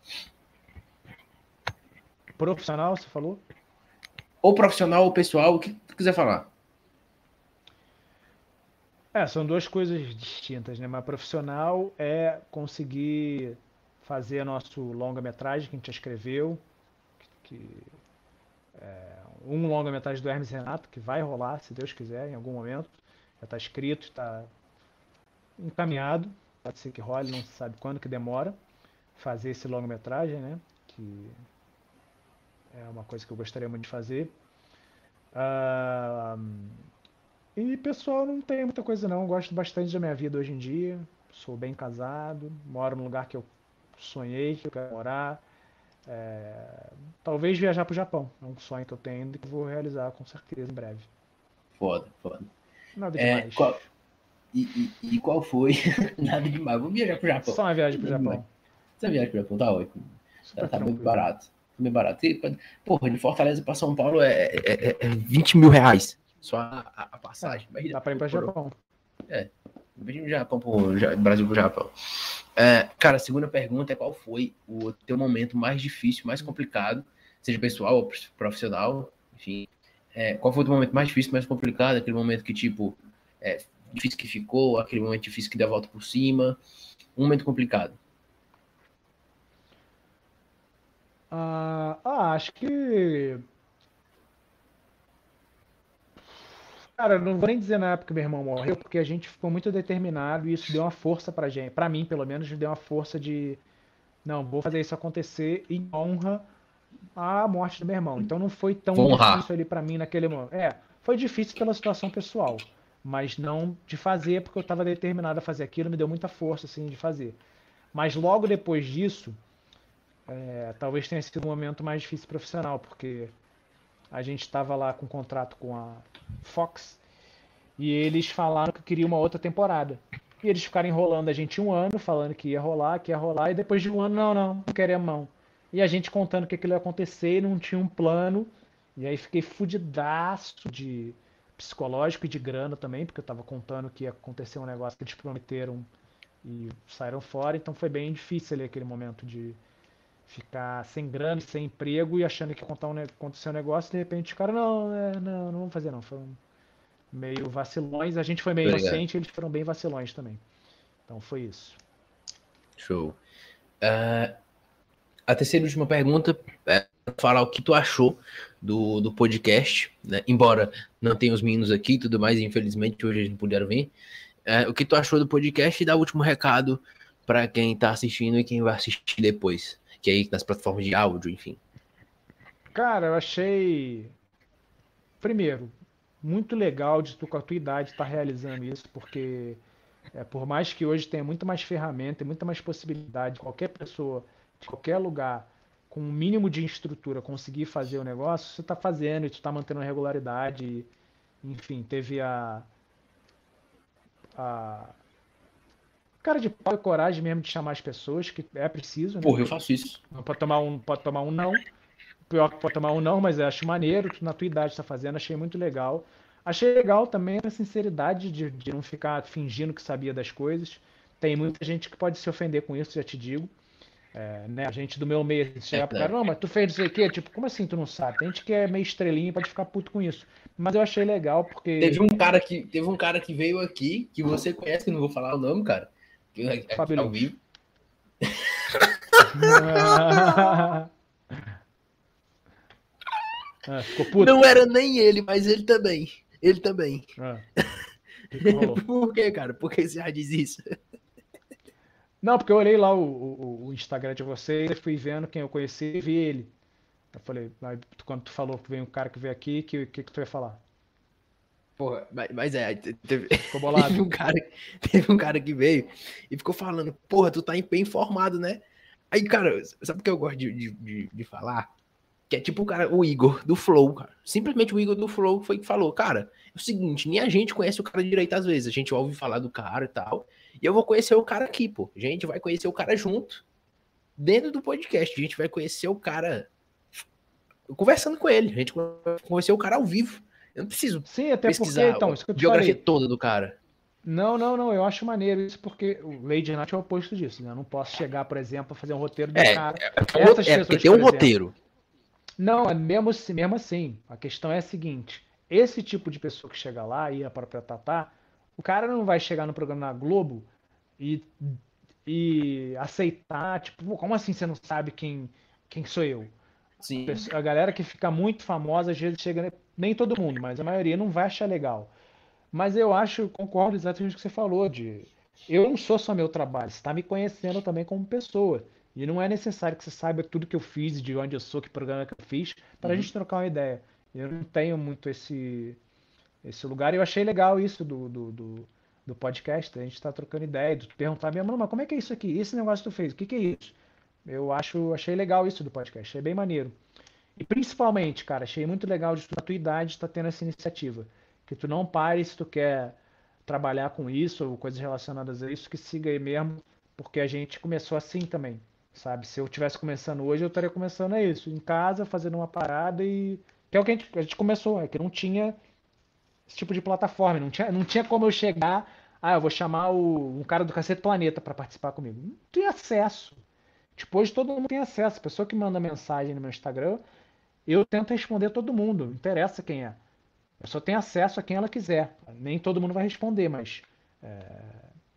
Profissional, você falou? Ou profissional ou pessoal, o que tu quiser falar. São duas coisas distintas, né? Mas profissional é conseguir fazer nosso longa-metragem que a gente já escreveu, que um longa-metragem do Hermes e Renato, que vai rolar, se Deus quiser, em algum momento. Já está escrito, está encaminhado. Pode ser que role, não se sabe quando que demora. Fazer esse longa-metragem, né? Que é uma coisa que eu gostaria muito de fazer. Ah, e pessoal, não tem muita coisa não. Eu gosto bastante da minha vida hoje em dia. Sou bem casado, moro num lugar que eu sonhei, que eu quero morar. Talvez viajar para o Japão. É um sonho que eu tenho e que eu vou realizar com certeza em breve. Foda, foda. Nada É, demais. qual, e qual foi? Nada demais. Vou viajar pro Japão. Só uma viagem para o Nada demais. Japão. Essa viagem pro Japão tá ótimo. Tá, Super tá bem tranquilo. barato. Tá bem barato. Porra, de Fortaleza para São Paulo é 20 mil reais. Só a passagem. Imagina Dá para ir para o por, Japão. imagina o Japão Brasil pro Japão. Cara, a segunda pergunta é qual foi o teu momento mais difícil, mais complicado, seja pessoal ou profissional, enfim. Qual foi o teu momento mais difícil, mais complicado, aquele momento que, tipo, difícil que ficou, aquele momento difícil que deu a volta por cima, um momento complicado. Acho que. Cara, eu não vou nem dizer na época que meu irmão morreu, porque a gente ficou muito determinado e isso deu uma força pra gente. Pra mim, pelo menos, deu uma força de. Não, vou fazer isso acontecer em honra à morte do meu irmão. Então não foi tão Vou honrar. difícil ali pra mim naquele momento. Foi difícil pela situação pessoal, mas não de fazer, porque eu estava determinado a fazer aquilo, me deu muita força assim de fazer. Mas logo depois disso, talvez tenha sido um momento mais difícil profissional, porque a gente estava lá com um contrato com a Fox e eles falaram que queriam uma outra temporada. E eles ficaram enrolando a gente um ano, falando que ia rolar, e depois de um ano, não queremos não. E a gente contando que aquilo ia acontecer e não tinha um plano. E aí fiquei fudidaço de psicológico e de grana também, porque eu tava contando que ia acontecer um negócio que eles prometeram e saíram fora. Então foi bem difícil ali aquele momento de ficar sem grana, sem emprego e achando que ia acontecer um negócio, e de repente os caras, não vamos fazer não. Foi meio vacilões. A gente foi meio Tô ligado. inocente, eles foram bem vacilões também. Então foi isso. Show. A terceira e última pergunta é falar o que tu achou do podcast, né? Embora não tenha os meninos aqui e tudo mais, infelizmente hoje eles não puderam vir. O que tu achou do podcast e dá o último recado para quem tá assistindo e quem vai assistir depois, que é aí nas plataformas de áudio, enfim. Cara, eu achei, primeiro, muito legal de tu com a tua idade estar realizando isso, porque por mais que hoje tenha muito mais ferramenta e muita mais possibilidade, qualquer pessoa de qualquer lugar com um mínimo de estrutura conseguir fazer o negócio, você está fazendo e tu está mantendo a regularidade. Enfim, teve a cara de pau e coragem mesmo de chamar as pessoas, que é preciso, né? Porra, eu faço isso. Não pode tomar um não. Pior que pode tomar um não, mas eu acho maneiro que na tua idade está fazendo, achei muito legal. Achei legal também a sinceridade de não ficar fingindo que sabia das coisas. Tem muita gente que pode se ofender com isso, já te digo. Né? A gente do meu meio, se É chegar pro cara, verdade. não, mas tu fez isso aqui, tipo, como assim tu não sabe? Tem gente que é meio estrelinha e pode ficar puto com isso. Mas eu achei legal porque Teve um cara que veio aqui, que você conhece, que eu não vou falar o nome, cara, aqui Fábio ao Lins. vivo. Ficou Não puto? era nem ele, mas ele também. Ele também. O que rolou? Por que, cara? Por que você já diz isso? Não, porque eu olhei lá o Instagram de vocês e fui vendo quem eu conheci e vi ele. Eu falei, quando tu falou que veio um cara que veio aqui, que tu ia falar? Porra, mas Ficou bolado? teve um cara que veio e ficou falando, porra, tu tá bem informado, né? Aí, cara, sabe o que eu gosto de falar? Que é tipo o cara, o Igor do Flow, cara. Simplesmente o Igor do Flow foi que falou, cara, é o seguinte, nem a gente conhece o cara direito às vezes, a gente ouve falar do cara e tal, e eu vou conhecer o cara aqui, pô. A gente vai conhecer o cara junto, dentro do podcast, a gente vai conhecer o cara conversando com ele, a gente vai conhecer o cara ao vivo. Eu não preciso Sim, até porque, pesquisar então, a isso que eu te biografia falei. toda do cara. Não, eu acho maneiro isso porque o Lady Night é o oposto disso, né? Eu não posso chegar, por exemplo, a fazer um roteiro de um cara. Essas Porque pessoas, tem por um exemplo. roteiro. Não, mesmo assim, a questão é a seguinte: esse tipo de pessoa que chega lá, e a própria Tatá, o cara não vai chegar no programa na Globo e, e aceitar, tipo, "Pô, como assim você não sabe quem sou eu?" Sim. A galera que fica muito famosa, às vezes chega, nem todo mundo, mas a maioria não vai achar legal. Mas eu acho, concordo exatamente com o que você falou, eu não sou só meu trabalho, você está me conhecendo também como pessoa. E não é necessário que você saiba tudo que eu fiz, de onde eu sou, que programa que eu fiz, para a Uhum. gente trocar uma ideia. Eu não tenho muito esse lugar. E eu achei legal isso do podcast. A gente está trocando ideia, de perguntar mesmo, "Não, mas como é que é isso aqui? Esse negócio que tu fez, o que que é isso?" Achei legal isso do podcast, achei bem maneiro. E principalmente, cara, achei muito legal de tu, na tua idade, estar tendo essa iniciativa. Que tu não pare se tu quer trabalhar com isso ou coisas relacionadas a isso, que siga aí mesmo, porque a gente começou assim também, sabe? Se eu tivesse começando hoje, eu estaria começando a isso, em casa, fazendo uma parada e. Que é o que a gente começou, é que não tinha esse tipo de plataforma, não tinha como eu chegar, eu vou chamar um cara do Cacete Planeta para participar comigo. Não tinha acesso. Tipo, hoje todo mundo tem acesso. A pessoa que manda mensagem no meu Instagram, eu tento responder todo mundo, não interessa quem é. Eu só tenho acesso a quem ela quiser. Nem todo mundo vai responder, mas.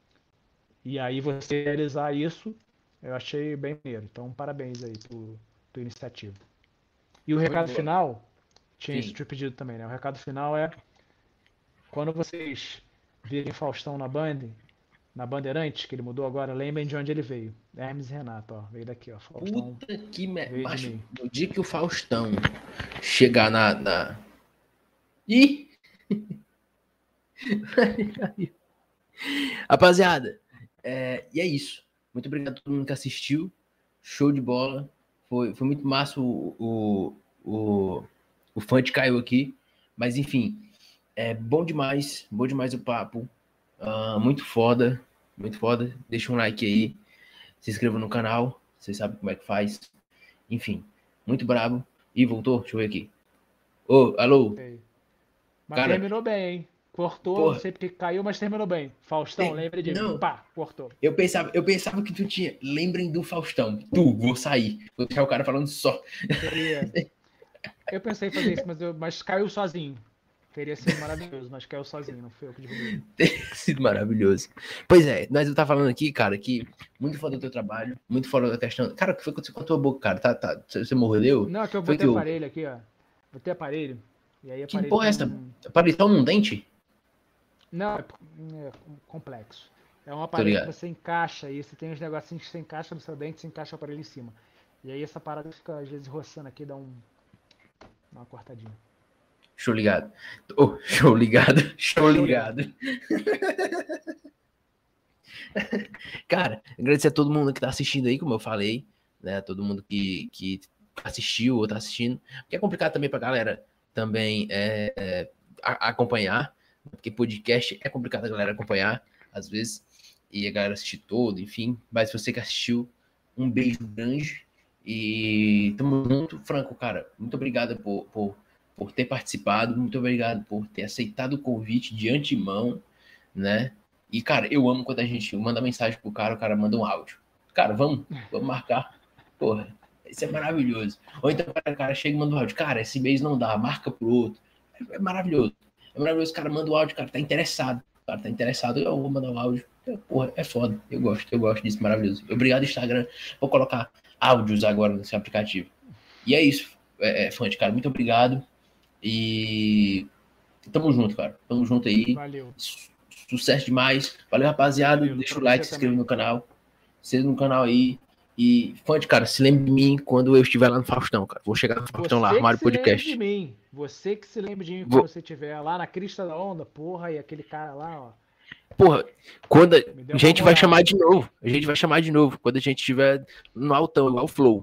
E aí você realizar isso, eu achei bem maneiro. Então, parabéns aí por tua do Iniciativa. E o recado boa. final, tinha Sim. isso te pedido também, né? O recado final é, quando vocês virem Faustão na Bandeirantes, que ele mudou agora, lembrem de onde ele veio. Hermes e Renato, ó, veio daqui, ó. Faustão Puta que veio de macho, mim. no dia que o Faustão chegar na... Ih! Rapaziada, e é isso. Muito obrigado a todo mundo que assistiu. Show de bola. Foi muito massa o Fante caiu aqui. Mas enfim, bom demais o papo. Muito foda, muito foda. Deixa um like aí, se inscreva no canal, vocês sabem como é que faz. Enfim, muito brabo. E voltou, deixa eu ver aqui. Ô, alô, Sei. Mas cara, terminou bem, hein? Cortou, não porra, sei porque caiu, mas terminou bem. Faustão, lembre de mim. não, Pá, cortou. eu pensava que tu tinha, lembrem do Faustão, vou sair, vou deixar o cara falando só. Teria. Eu pensei em fazer isso, mas caiu sozinho. Teria sido maravilhoso, mas caiu sozinho, não foi eu que derrubei. Teria sido maravilhoso. Pois é, nós eu tá falando aqui, cara, que muito foda do teu trabalho, muito foda da questão. Cara, o que foi que aconteceu com a tua boca, cara? Você mordeu? Não, é que eu Foi botei que aparelho aqui, ó. Botei aparelho. E aí Que aparelho porra é essa? Aparição num dente? Não, é complexo. É um Tô aparelho que ligado. você encaixa e você tem uns negocinhos que você encaixa no seu dente, você encaixa o aparelho em cima. E aí essa parada fica às vezes roçando aqui, dá uma cortadinha. Show ligado. Show ligado. Show ligado. Cara, agradecer a todo mundo que tá assistindo aí, como eu falei, né? Todo mundo que assistiu ou tá assistindo. Porque é complicado também pra galera também acompanhar, porque podcast é complicado a galera acompanhar, às vezes, e a galera assistir todo, enfim. Mas você que assistiu, um beijo grande e tamo junto. Franco, cara, muito obrigado por ter participado, muito obrigado por ter aceitado o convite de antemão, né? E, cara, eu amo quando a gente manda mensagem pro cara, o cara manda um áudio. Cara, vamos marcar. Porra, isso é maravilhoso. Ou então o cara chega e manda um áudio. Cara, esse mês não dá, marca pro outro. É maravilhoso. É maravilhoso, o cara manda o áudio, o cara tá interessado. O cara tá interessado, eu vou mandar o áudio. Porra, é foda. Eu gosto disso, maravilhoso. Obrigado, Instagram. Vou colocar áudios agora nesse aplicativo. E é isso, Fante, cara. Muito obrigado. E tamo junto, cara. Tamo junto aí. Valeu. Sucesso demais. Valeu, rapaziada. Valeu, Deixa o pra like, você se inscreva também. no canal. Seja no canal aí. E, Fonte, cara, se lembre de mim quando eu estiver lá no Faustão, cara. Vou chegar no Faustão lá, Você que Armário se lembre de Podcast. mim. Você que se lembre de mim Vou... quando você estiver lá na crista da onda, porra, e aquele cara lá, ó. Porra, quando Me a deu uma gente vai moral. chamar de novo. A gente vai chamar de novo. Quando a gente estiver no altão, igual o Flow.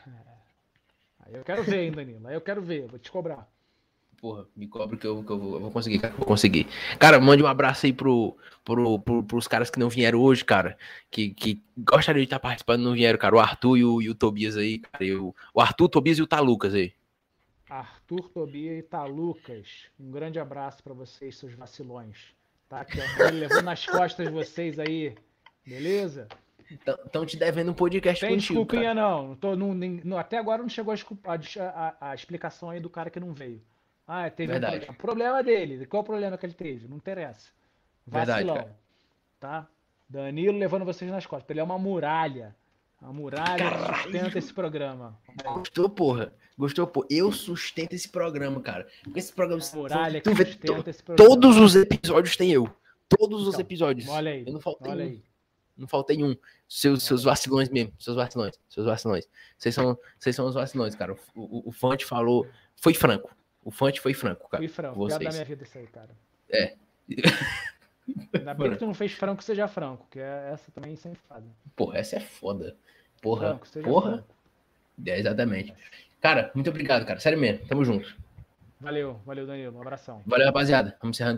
Aí eu quero ver, hein, Danilo. Aí eu quero ver, eu vou te cobrar. Porra, me cobre que eu vou conseguir, cara. Vou conseguir. Cara, mande um abraço aí pros caras que não vieram hoje, cara. Que gostariam de estar participando e não vieram, cara. O Arthur e o Tobias aí, cara. O Arthur, o Tobias e o Talucas aí. Arthur, Tobias e Talucas. Um grande abraço pra vocês, seus vacilões. Tá? Que ele levou nas costas vocês aí. Beleza? Estão te devendo um podcast Tem contigo, desculpinha cara. não. Até agora não chegou a explicação aí do cara que não veio. Ah, teve um Verdade. problema. Problema dele. Qual o problema que ele teve? Não interessa. Verdade, Vacilão. cara. Tá? Danilo levando vocês nas costas. Ele é uma muralha. A muralha que sustenta esse programa. Gostou, porra? Gostou, pô? Eu sustento esse programa, cara. Porque esse programa... A muralha que tu vê, sustenta esse programa. todos os episódios tem eu. Todos os Então, episódios. olha aí. Eu não faltei Olha um. aí. Não faltei um. Seus vacilões mesmo. Seus vacilões. Vocês são os vacilões, cara. O Fante falou... Foi franco. O Fante foi franco, cara. Fui franco. Vocês. Pior da minha vida isso aí, cara. É. Ainda bem que tu não fez franco, seja franco. Que essa também sempre faz. Porra, essa é foda. Porra. Franco, seja Porra. franco. Exatamente. Cara, muito obrigado, cara. Sério mesmo. Tamo junto. Valeu, Danilo. Um abração. Valeu, rapaziada. Vamos encerrando.